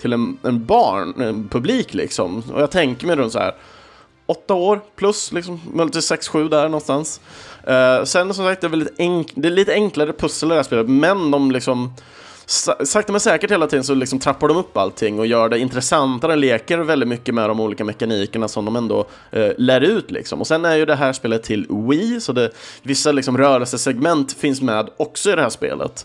en publik liksom. Och jag tänker mig runt så här 8 år plus, liksom, möjligtvis 6-7 där någonstans. Sen som sagt, det är lite enklare pussel i det här spelet, men de liksom sakta men säkert hela tiden så liksom trappar de upp allting och gör det intressantare, leker väldigt mycket med de olika mekanikerna som de ändå lär ut liksom. Och sen är ju det här spelet till Wii, så vissa liksom rörelsesegment finns med också i det här spelet.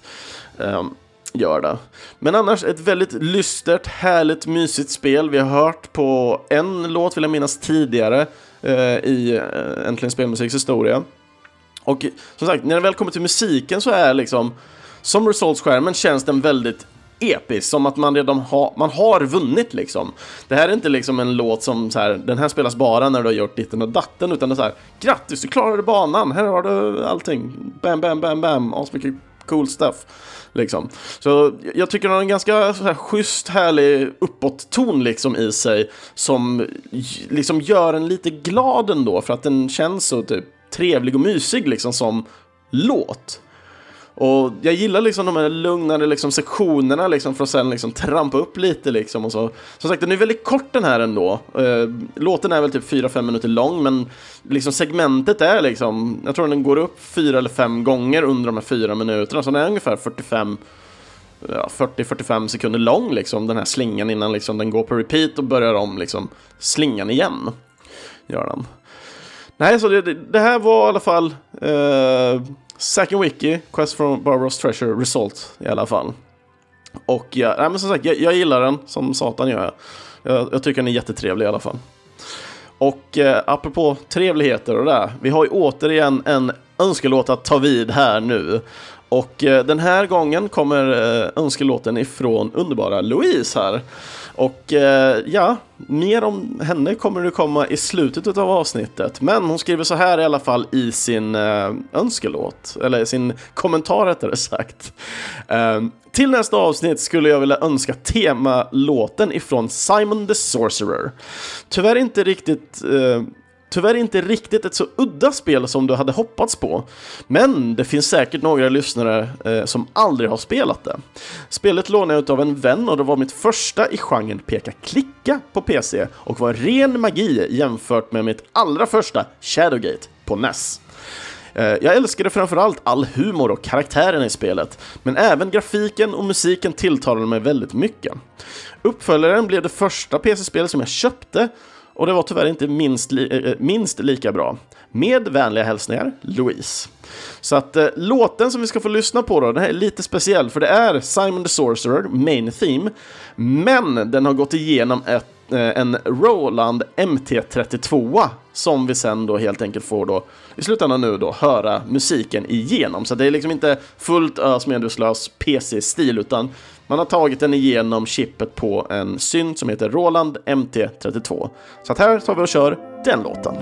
Gör det. Men annars ett väldigt lystert, härligt, mysigt spel. Vi har hört på en låt, vill jag minnas, tidigare i Äntligen Spelmusiks historia. Och som sagt, när det väl kommer till musiken så är liksom, som results-skärmen känns den väldigt episk, som att man redan har vunnit liksom. Det här är inte liksom en låt som så här, den här spelas bara när du har gjort ditten och datten, utan det är så här, grattis, du klarade banan, här har du allting, bam, bam, bam, bam, mycket cool stuff liksom. Så jag tycker den har en ganska så här schysst, härlig uppåt-ton liksom i sig, som liksom gör en lite glad ändå, för att den känns så typ trevlig och mysig liksom som låt. Och jag gillar liksom de här lugnare liksom sektionerna liksom, för att sen liksom trampa upp lite liksom och så. Som sagt, den är väldigt kort den här ändå. Låten är väl typ 4-5 minuter lång, men liksom segmentet är liksom, jag tror den går upp 4 eller 5 gånger under de här 4 minuterna, så den är ungefär 40-45 sekunder lång liksom, den här slingan, innan liksom den går på repeat och börjar om liksom slingan igen. Gör den. Nej, så det här var i alla fall Zack and Wiki, Quest for Barbaros Treasure Result i alla fall. Och men som sagt, jag gillar den som satan gör jag tycker den är jättetrevlig i alla fall. Och apropå trevligheter och det, vi har ju återigen en önskelåt att ta vid här nu. Och den här gången kommer önskelåten ifrån underbara Louise här. Och mer om henne kommer det komma i slutet av avsnittet. Men hon skriver så här i alla fall i sin önskelåt, eller sin kommentar rättare sagt. Till nästa avsnitt skulle jag vilja önska temalåten ifrån Simon the Sorcerer. Tyvärr inte riktigt ett så udda spel som du hade hoppats på, men det finns säkert några lyssnare som aldrig har spelat det. Spelet lånade jag ut av en vän, och det var mitt första i genren peka-klicka på PC och var ren magi jämfört med mitt allra första Shadowgate på NES. Jag älskade framförallt all humor och karaktären i spelet, men även grafiken och musiken tilltalade mig väldigt mycket. Uppföljaren blev det första PC-spel som jag köpte, och det var tyvärr inte minst lika bra. Med vänliga hälsningar, Louise. Så att låten som vi ska få lyssna på då, den här är lite speciell, för det är Simon the Sorcerer, main theme, men den har gått igenom en Roland MT32, som vi sen då helt enkelt får då i slutändan nu då höra musiken igenom. Så det är liksom inte fullt medvetslös PC-stil, utan man har tagit den igenom chippet på en synt som heter Roland MT32. Så att här tar vi och kör den låten.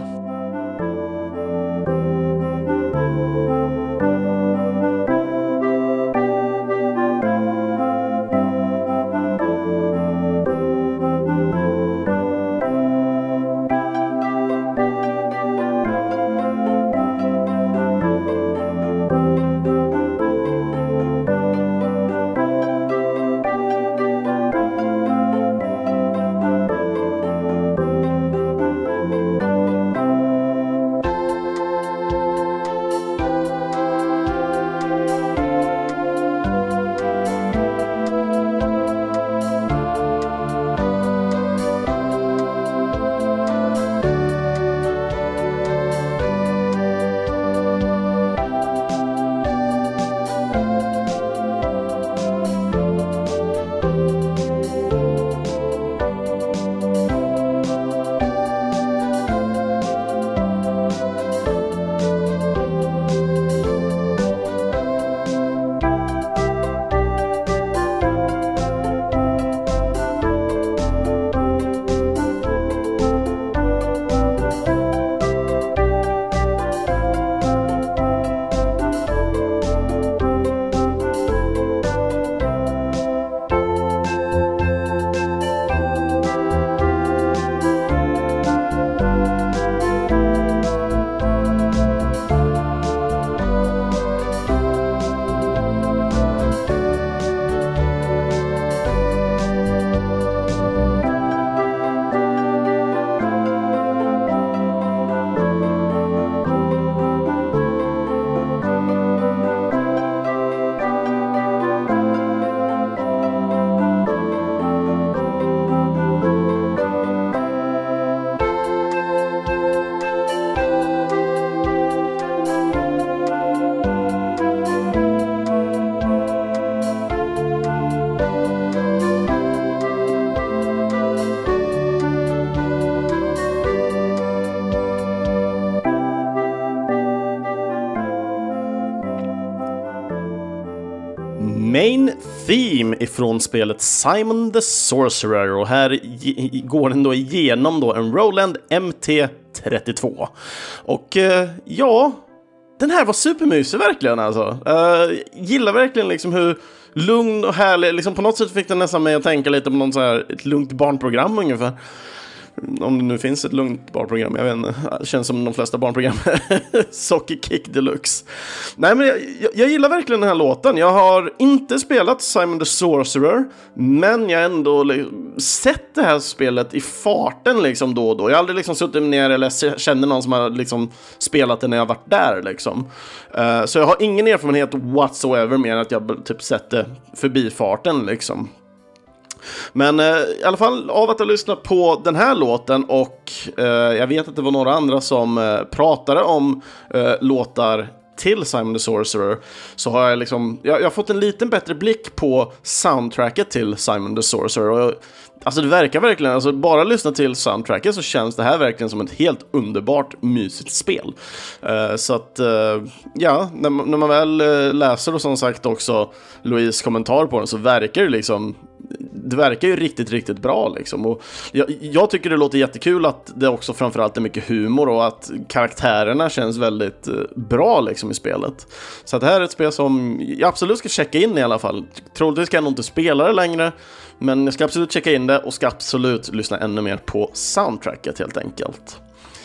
Theme ifrån spelet Simon the Sorcerer, och här går den då igenom då en Roland MT32. Och ja, den här var supermysig verkligen alltså. Gillar verkligen liksom hur lugn och härlig, liksom på något sätt fick den nästan mig att tänka lite på någon så här, ett lugnt barnprogram ungefär. Om det nu finns ett lugnt barnprogram, jag vet inte. Det känns som de flesta barnprogram. Soccer Kick Deluxe. Nej, men jag gillar verkligen den här låten. Jag har inte spelat Simon the Sorcerer, men jag har ändå sett det här spelet i farten liksom då och då. Jag har aldrig liksom suttit ner eller känner någon som har liksom spelat det när jag har varit där liksom. Så jag har ingen erfarenhet whatsoever mer än att jag typ sett det förbi farten liksom. Men i alla fall av att ha lyssnat på den här låten, och jag vet att det var några andra som pratade om låtar till Simon the Sorcerer, så har jag liksom jag har fått en liten bättre blick på soundtracket till Simon the Sorcerer. Och alltså det verkar verkligen, alltså bara lyssna till soundtracket så känns det här verkligen som ett helt underbart mysigt spel. Så att ja, när man väl läser och som sagt också Louise kommentar på den, så verkar det liksom, det verkar ju riktigt, riktigt bra liksom. Och jag tycker det låter jättekul att det också framförallt är mycket humor och att karaktärerna känns väldigt bra liksom i spelet. Så att det här är ett spel som jag absolut ska checka in i alla fall. Troligtvis ska jag nog inte spela det längre, men jag ska absolut checka in det och ska absolut lyssna ännu mer på soundtracket helt enkelt.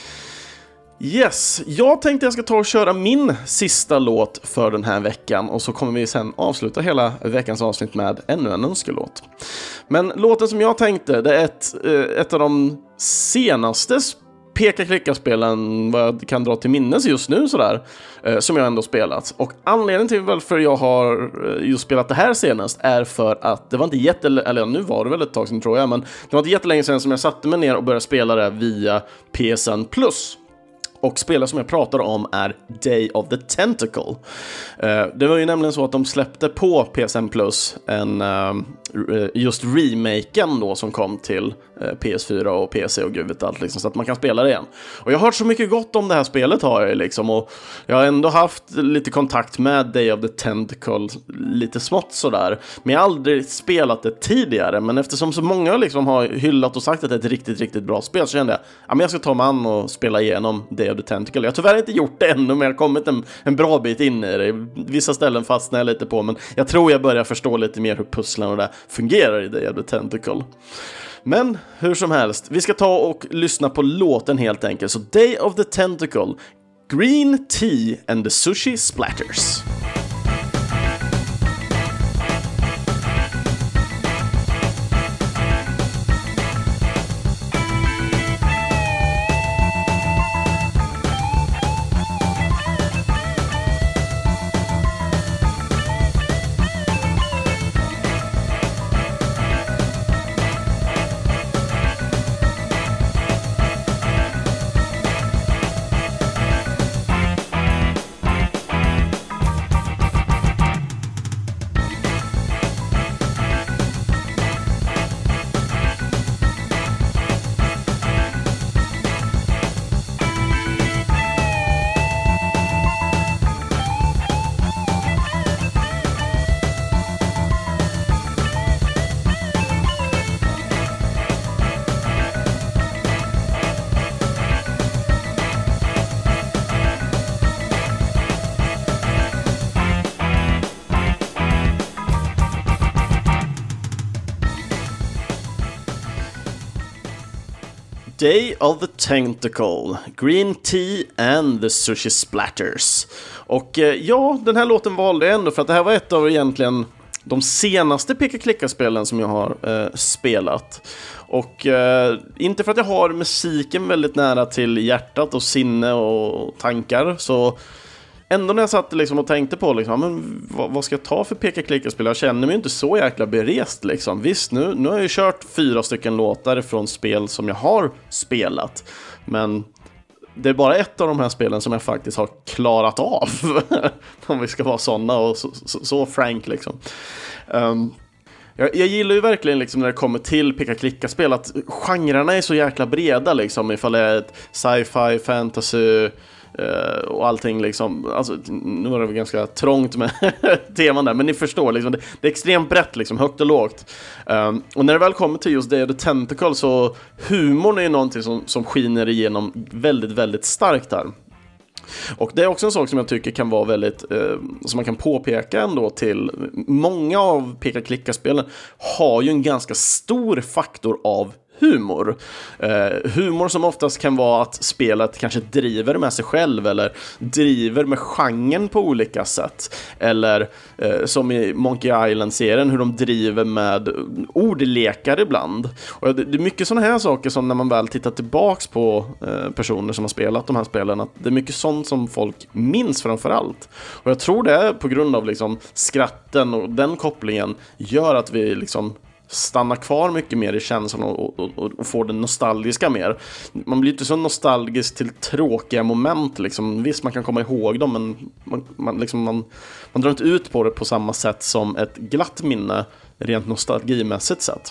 Yes, jag tänkte jag ska ta och köra min sista låt för den här veckan, och så kommer vi sen avsluta hela veckans avsnitt med ännu en önskelåt. Men låten som jag tänkte, det är ett av de senaste peka-klicka-spelen vad jag kan dra till minnes just nu sådär, som jag ändå spelat. Och anledningen till varför jag har just spelat det här senast är för att det var inte eller nu var det väl ett tag sedan tror jag, men det var inte jättelänge sedan som jag satte mig ner och började spela det via PSN Plus. Och spelet som jag pratar om är Day of the Tentacle. Det var ju nämligen så att de släppte på PSN Plus just remaken då som kom till PS4 och PC och gud vet allt liksom, så att man kan spela det igen. Och jag har hört så mycket gott om det här spelet har jag liksom, och jag har ändå haft lite kontakt med Day of the Tentacle lite smått sådär, men jag har aldrig spelat det tidigare. Men eftersom så många liksom har hyllat och sagt att det är ett riktigt, riktigt bra spel, så kände jag jag ska ta mig an och spela igenom Day of the Tentacle. Jag har tyvärr inte gjort det ännu, men jag har kommit en bra bit in i det. Vissa ställen fastnar jag lite på, men jag tror jag börjar förstå lite mer hur pusslarna där fungerar i Day of the Tentacle. Men hur som helst, vi ska ta och lyssna på låten helt enkelt. Så Day of the Tentacle, Green Tea and the Sushi Splatters. Day of the Tentacle, Green Tea and the Sushi Splatters. Och ja, den här låten valde jag ändå för att det här var ett av egentligen de senaste peka-klicka-spelen som jag har spelat. Och inte för att jag har musiken väldigt nära till hjärtat och sinne och tankar, så ändå när jag satt liksom och tänkte på liksom, men vad ska jag ta för peka-klicka-spel? Jag känner mig inte så jäkla berest liksom. Visst, nu har jag ju kört 4 stycken låtar från spel som jag har spelat, men det är bara ett av de här spelen som jag faktiskt har klarat av. Om vi ska vara såna och så frank liksom. Jag gillar ju verkligen liksom när det kommer till peka-klicka-spel att genrerna är så jäkla breda liksom, ifall det är ett sci-fi, fantasy, och allting liksom, alltså nu var det ganska trångt med teman där, men ni förstår liksom, det är extremt brett liksom, högt och lågt. Och när det väl kommer till just Day of the Tentacle, så humorn är ju någonting som skiner igenom väldigt, väldigt starkt här. Och det är också en sak som jag tycker kan vara väldigt, som man kan påpeka ändå till många av peka-klicka-spelen har ju en ganska stor faktor av humor. Humor som oftast kan vara att spelet kanske driver med sig själv eller driver med genren på olika sätt. Eller som i Monkey Island-serien, hur de driver med ordlekar ibland. Och det är mycket sådana här saker som när man väl tittar tillbaks på personer som har spelat de här spelen, att det är mycket sånt som folk minns framför allt. Och jag tror det är på grund av liksom skratten och den kopplingen gör att vi liksom stannar kvar mycket mer i känslan och får den nostalgiska mer. Man blir inte så nostalgisk till tråkiga moment liksom. Visst, man kan komma ihåg dem, men man drar inte ut på det på samma sätt som ett glatt minne rent nostalgimässigt sett.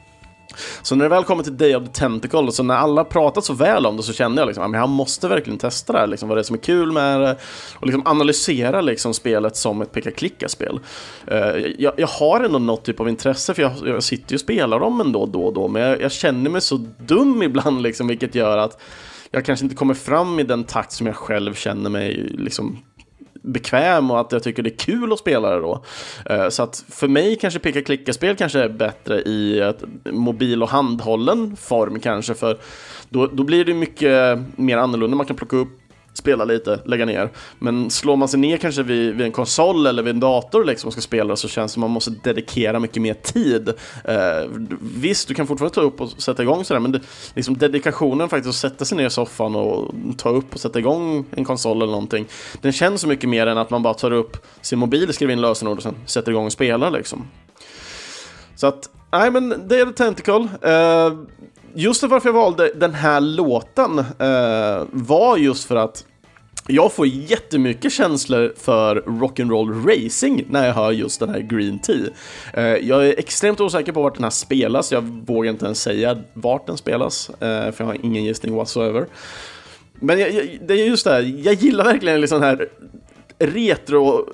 Så när det väl kommer till Day of the Tentacle, så när alla pratat så väl om det, så kände jag liksom, men jag måste verkligen testa det här, liksom, vad det är som är kul med det, och liksom analysera liksom spelet som ett peka-klicka-spel. Jag har ändå något typ av intresse, för jag sitter ju och spelar dem ändå då och då, men jag känner mig så dum ibland liksom, vilket gör att jag kanske inte kommer fram i den takt som jag själv känner mig liksom bekväm, och att jag tycker det är kul att spela det då. Så att för mig kanske peka-klicka-spel kanske är bättre i ett mobil- och handhållen form kanske, för då blir det mycket mer annorlunda. Man kan plocka upp, spela lite, lägga ner. Men slår man sig ner kanske vid en konsol eller vid en dator liksom, och ska spela, så känns det som man måste dedikera mycket mer tid. Visst, du kan fortfarande ta upp och sätta igång sådär, men liksom dedikationen faktiskt att sätta sig ner i soffan och ta upp och sätta igång en konsol eller någonting, den känns så mycket mer än att man bara tar upp sin mobil, skriver in lösenord och sen sätter igång och spelar liksom. Så att, nej, men det är The Tentacle. Just varför jag valde den här låten var just för att jag får jättemycket känslor för rock'n'roll racing när jag hör just den här Green Tea. Jag är extremt osäker på vart den här spelas. Jag vågar inte ens säga vart den spelas, för jag har ingen gissning whatsoever. Men det är just det här, jag gillar verkligen liksom här retro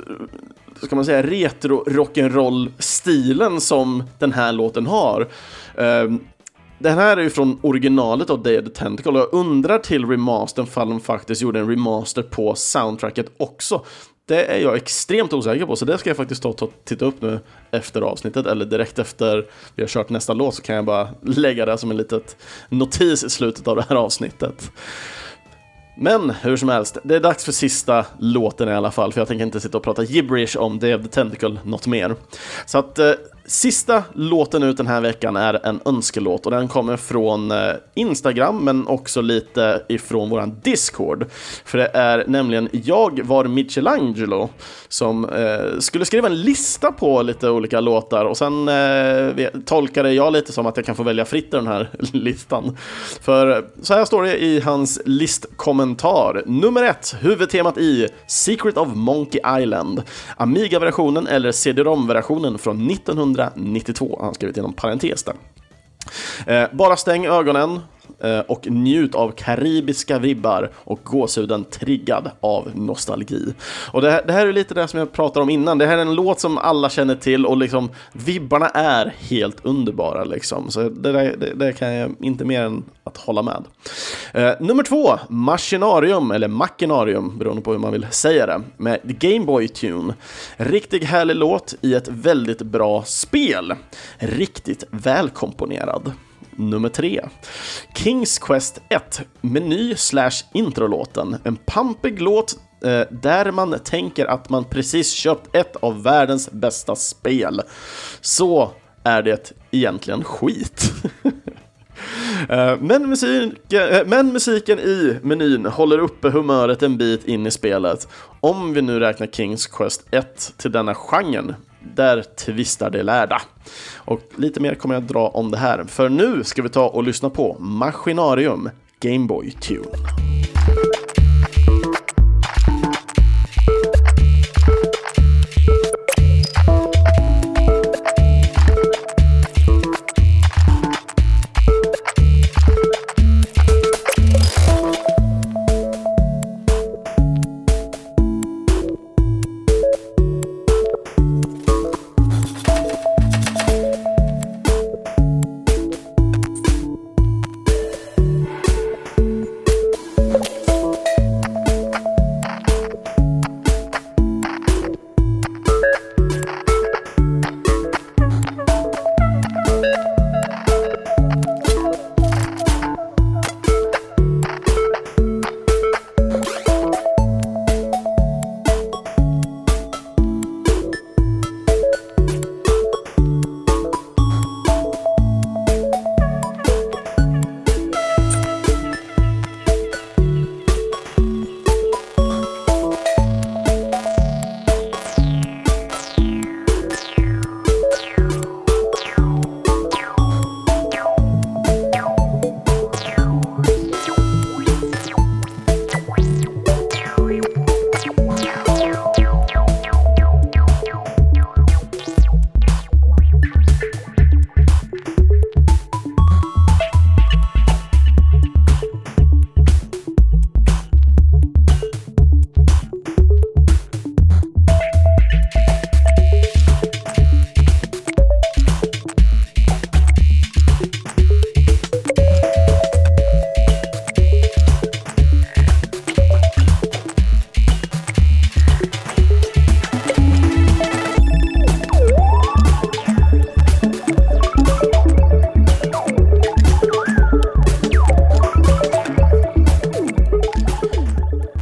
rock'n'roll-stilen som den här låten har. Den här är ju från originalet av Day of the Tentacle, och jag undrar till remastern fall de faktiskt gjorde en remaster på soundtracket också. Det är jag extremt osäker på, så det ska jag faktiskt titta upp nu efter avsnittet, eller direkt efter vi har kört nästa låt, så kan jag bara lägga det som en litet notis i slutet av det här avsnittet. Men hur som helst, det är dags för sista låten i alla fall, för jag tänker inte sitta och prata gibberish om Day of the Tentacle något mer. Så att sista låten ut den här veckan är en önskelåt, och den kommer från Instagram, men också lite ifrån våran Discord. För det är nämligen Jag var Michelangelo som skulle skriva en lista på lite olika låtar, och sen tolkade jag lite som att jag kan få välja fritt i den här listan. För så här står det i hans listkommentar. Nummer 1, huvudtemat i Secret of Monkey Island, Amiga-versionen eller CD-ROM-versionen från 1992, han har skrivit inom parentes där. Bara stäng ögonen och njut av karibiska vibbar och gåshuden triggad av nostalgi. Och det här är lite det som jag pratade om innan. Det här är en låt som alla känner till, och liksom vibbarna är helt underbara liksom. Så det kan jag inte mer än att hålla med. Nummer 2, Machinarium eller Machinarium, beroende på hur man vill säga det, med Game Boy Tune. Riktigt härlig låt i ett väldigt bra spel. Riktigt välkomponerad. Nummer 3, King's Quest 1, meny/introlåten. En pampig låt där man tänker att man precis köpt ett av världens bästa spel. Så är det egentligen skit. Men musiken i menyn håller uppe humöret en bit in i spelet. Om vi nu räknar King's Quest 1 till denna genren, där tvistar det lärda. Och lite mer kommer jag dra om det här. För nu ska vi ta och lyssna på Machinarium Game Boy Tune.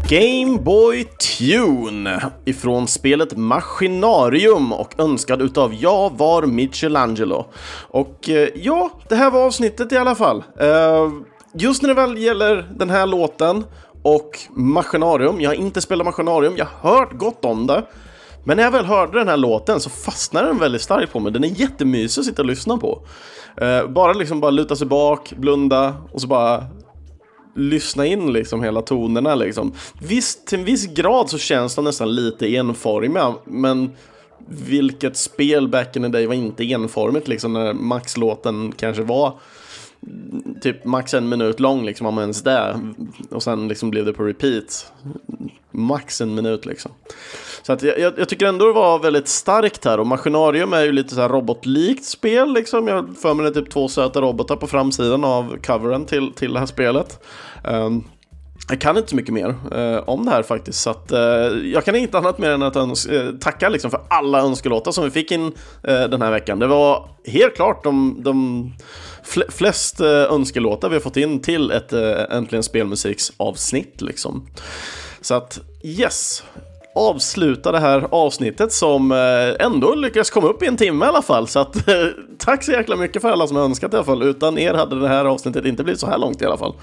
Game Boy Tune ifrån spelet Machinarium och önskad utav jag var Michelangelo. Och ja, det här var avsnittet i alla fall. Just när det väl gäller den här låten och Machinarium, jag har inte spelat Machinarium, jag har hört gott om det. Men när jag väl hörde den här låten så fastnade den väldigt starkt på mig. Den är jättemysig att sitta och lyssna på. Bara luta sig bak, blunda och så bara lyssna in liksom hela tonerna liksom. Visst, till en viss grad så känns de nästan lite enformiga, men vilket spel back in the day var inte enformigt liksom, när Max-låten kanske var typ max 1 minut lång liksom, om ens det, och sen liksom blev det på repeat max 1 minut liksom. Så att jag tycker ändå det var väldigt starkt här. Och Machinarium är ju lite så här robotlikt spel liksom. Jag för mig det typ 2 söta robotar på framsidan av coveren till det här spelet. Jag kan inte så mycket mer om det här faktiskt. Så att jag kan inte annat mer än att tacka liksom för alla önskelåtar som vi fick in den här veckan. Det var helt klart de flest önskelåtar vi har fått in till ett Äntligen Spelmusiksavsnitt liksom. Så att yes, avsluta det här avsnittet som ändå lyckas komma upp i 1 timme i alla fall. Så att tack så jäkla mycket för alla som har önskat i alla fall. Utan er hade det här avsnittet inte blivit så här långt i alla fall.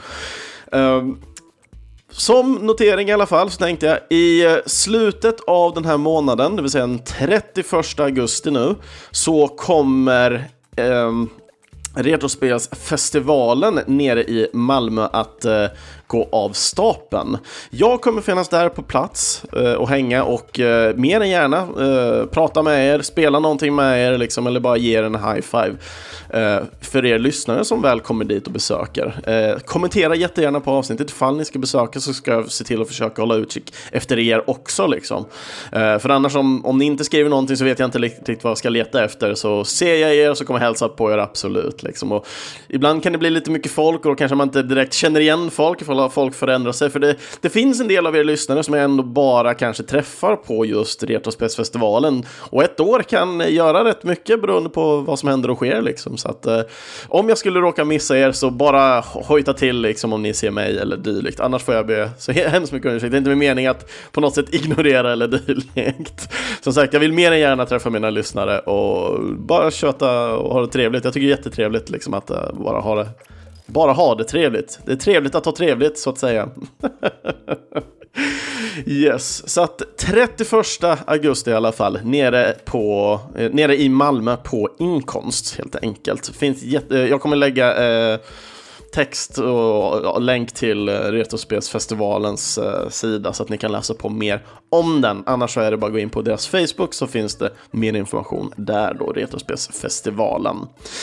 Som notering i alla fall så tänkte jag i slutet av den här månaden, det vill säga den 31 augusti nu, så kommer Retrospelsfestivalen nere i Malmö att gå av stapeln. Jag kommer finnas där på plats och hänga och mer än gärna prata med er, spela någonting med er liksom, eller bara ge er en high five för er lyssnare som väl kommer dit och besöker. Kommentera jättegärna på avsnittet ifall ni ska besöka, så ska jag se till att försöka hålla utkik efter er också liksom. För annars om ni inte skriver någonting så vet jag inte riktigt vad jag ska leta efter, så ser jag er så kommer jag hälsa på er absolut liksom. Och ibland kan det bli lite mycket folk och då kanske man inte direkt känner igen folk ifall folk förändrar sig, för det finns en del av er lyssnare som jag ändå bara kanske träffar på just Retrospelsfestivalen, och ett år kan göra rätt mycket beroende på vad som händer och sker liksom. Så att om jag skulle råka missa er så bara hojta till liksom om ni ser mig eller dylikt, annars får jag be så hemskt mycket ursäkt. Det är inte min mening att på något sätt ignorera eller dylikt. Som sagt, jag vill mer än gärna träffa mina lyssnare och bara köta och ha det trevligt. Jag tycker det är jättetrevligt liksom att bara ha det trevligt. Det är trevligt att ha trevligt så att säga. Yes, så att 31 augusti i alla fall nere i Malmö på Inkonst helt enkelt. Jag kommer lägga text och länk till Retrospelsfestivalens sida så att ni kan läsa på mer om den. Annars så är det bara att gå in på deras Facebook, så finns det mer information där då, Retrospelsfestivalen.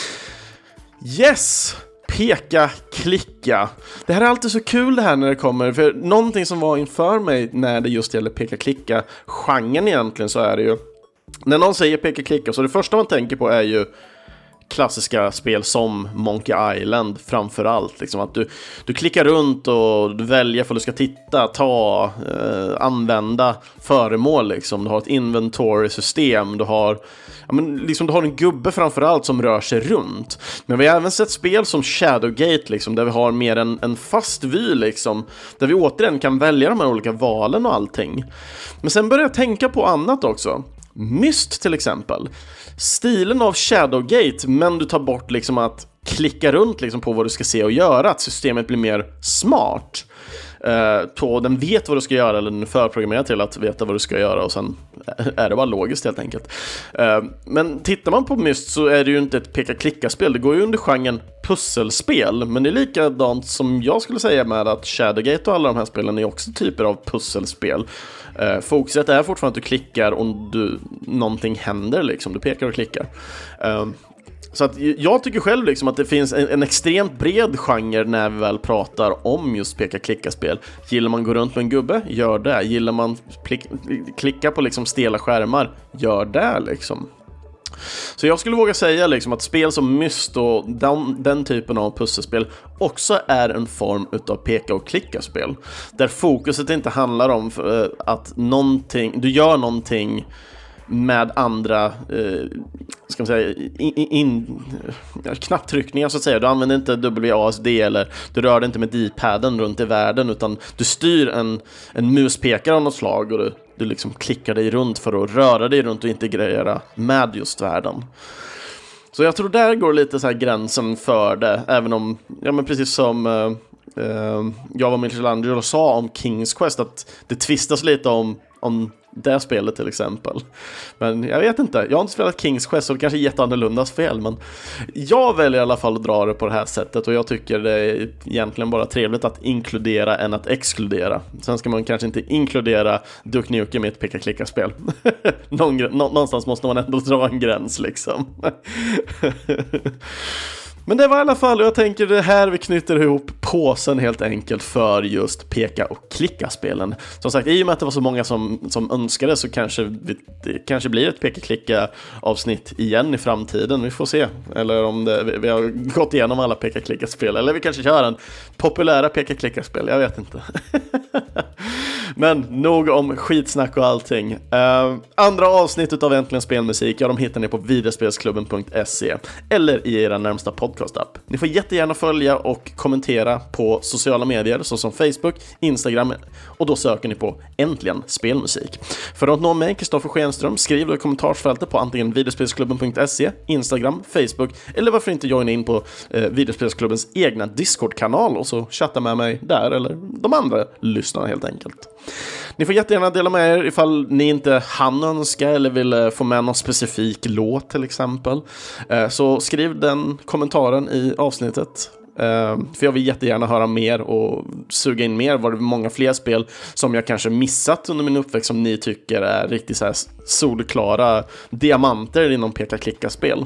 Yes! Peka, klicka. Det här är alltid så kul det här när det kommer, för någonting som var inför mig när det just gäller peka, klicka genren egentligen, så är det ju när någon säger peka, klicka, så det första man tänker på är ju klassiska spel som Monkey Island framförallt liksom, att du klickar runt och du väljer för du ska titta, använda föremål liksom. Du har ett inventory-system, du har en gubbe framförallt som rör sig runt. Men vi har även sett spel som Shadowgate liksom, där vi har mer en fast vy liksom, där vi återigen kan välja de här olika valen och allting. Men sen börjar jag tänka på annat också. Myst till exempel. Stilen av Shadowgate, men du tar bort liksom att klicka runt liksom på vad du ska se och göra, att systemet blir mer smart. Den vet vad du ska göra, eller den är förprogrammerad till att veta vad du ska göra, och sen är det bara logiskt helt enkelt. Men tittar man på Myst så är det ju inte ett peka-klicka-spel, det går ju under genren pusselspel, men det är likadant som jag skulle säga med att Shadowgate och alla de här spelen är också typer av pusselspel. Fokuset är fortfarande att du klickar och någonting händer liksom, du pekar och klickar. Så att jag tycker själv liksom att det finns en extremt bred genre när vi väl pratar om just peka-klicka-spel. Gillar man gå runt med en gubbe? Gör det. Gillar man klicka på liksom stela skärmar? Gör det liksom. Så jag skulle våga säga liksom att spel som Myst och den typen av pusselspel också är en form utav peka- och klicka-spel. Där fokuset inte handlar om att du gör någonting med andra ska man säga, knapptryckningar så att säga. Du använder inte WASD eller du rör dig inte med D-paden runt i världen, utan du styr en muspekare av något slag och du liksom klickar dig runt för att röra dig runt och integrera med just världen. Så jag tror där går lite så här gränsen för det, även om, ja men precis som jag var Michelangelo sa om King's Quest, att det tvistas lite om det spelet till exempel. Men jag vet inte, jag har inte spelat King's Quest så det kanske är jätteannorlunda spel, men jag väljer i alla fall att dra det på det här sättet, och jag tycker det är egentligen bara trevligt att inkludera än att exkludera. Sen ska man kanske inte inkludera Duke Nukem i ett peka-klicka-spel. Någonstans måste man ändå dra en gräns liksom. Men det var i alla fall, och jag tänker det här vi knyter ihop påsen helt enkelt för just peka- och klicka-spelen. Som sagt, i och med att det var så många som önskade så kanske det kanske blir ett peka-klicka-avsnitt igen i framtiden. Vi får se. Eller om vi har gått igenom alla peka-klicka-spel. Eller vi kanske kör en populära peka-klicka-spel, jag vet inte. Men nog om skitsnack och allting. Andra avsnitt av Äntligen Spelmusik, ja, de hittar ni på videospelsklubben.se eller i era närmsta podcast-app. Ni får jättegärna följa och kommentera på sociala medier såsom Facebook, Instagram, och då söker ni på Äntligen Spelmusik. För att nå mig, Kristoffer Schenström, skriv då i kommentarsfältet på antingen videospelsklubben.se, Instagram, Facebook, eller varför inte joina in på videospelsklubbens egna Discord-kanal och så chatta med mig där, eller de andra lyssnarna helt enkelt. Ni får jättegärna dela med er ifall ni inte hann önska eller vill få med någon specifik låt till exempel. Så skriv den kommentaren i avsnittet. För jag vill jättegärna höra mer och suga in mer. Var det många fler spel som jag kanske missat under min uppväxt som ni tycker är riktigt så här solklara diamanter inom peka-klicka-spel?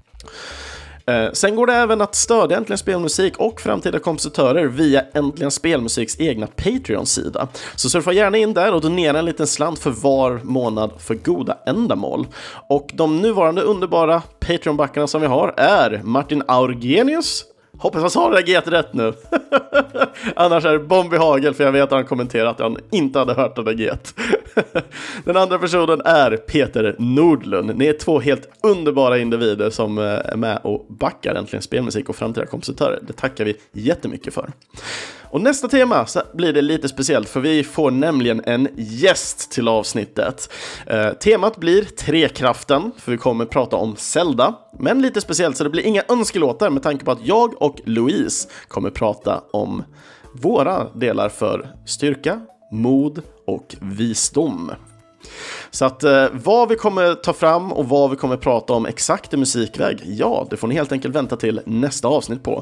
Sen går det även att stödja Äntligen Spelmusik och framtida kompositörer via Äntligen Spelmusiks egna Patreon-sida. Så surfa gärna in där och donera en liten slant för var månad för goda ändamål. Och de nuvarande underbara Patreon-backarna som vi har är Martin Aurgenius. Hoppas jag sa det där rätt nu. Annars är det bomb i hagel, för jag vet att han kommenterat att han inte hade hört det där get. Den andra personen är Peter Nordlund. Ni är två helt underbara individer som är med och backar Äntligen Spelmusik och framtida kompositörer. Det tackar vi jättemycket för. Och nästa tema så blir det lite speciellt, för vi får nämligen en gäst till avsnittet. Temat blir Trekraften, för vi kommer prata om Zelda. Men lite speciellt, så det blir inga önskelåtar med tanke på att jag och Louise kommer prata om våra delar för styrka, mod och visdom. Så att vad vi kommer ta fram och vad vi kommer prata om exakt i musikväg, ja, det får ni helt enkelt vänta till nästa avsnitt på.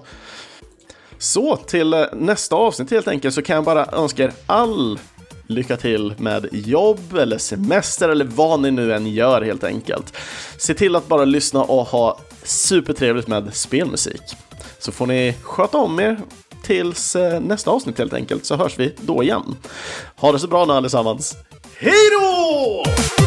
Så till nästa avsnitt helt enkelt så kan jag bara önska er all lycka till med jobb eller semester eller vad ni nu än gör helt enkelt. Se till att bara lyssna och ha supertrevligt med spelmusik. Så får ni sköta om er tills nästa avsnitt helt enkelt, så hörs vi då igen. Ha det så bra nu allesammans. Hej då!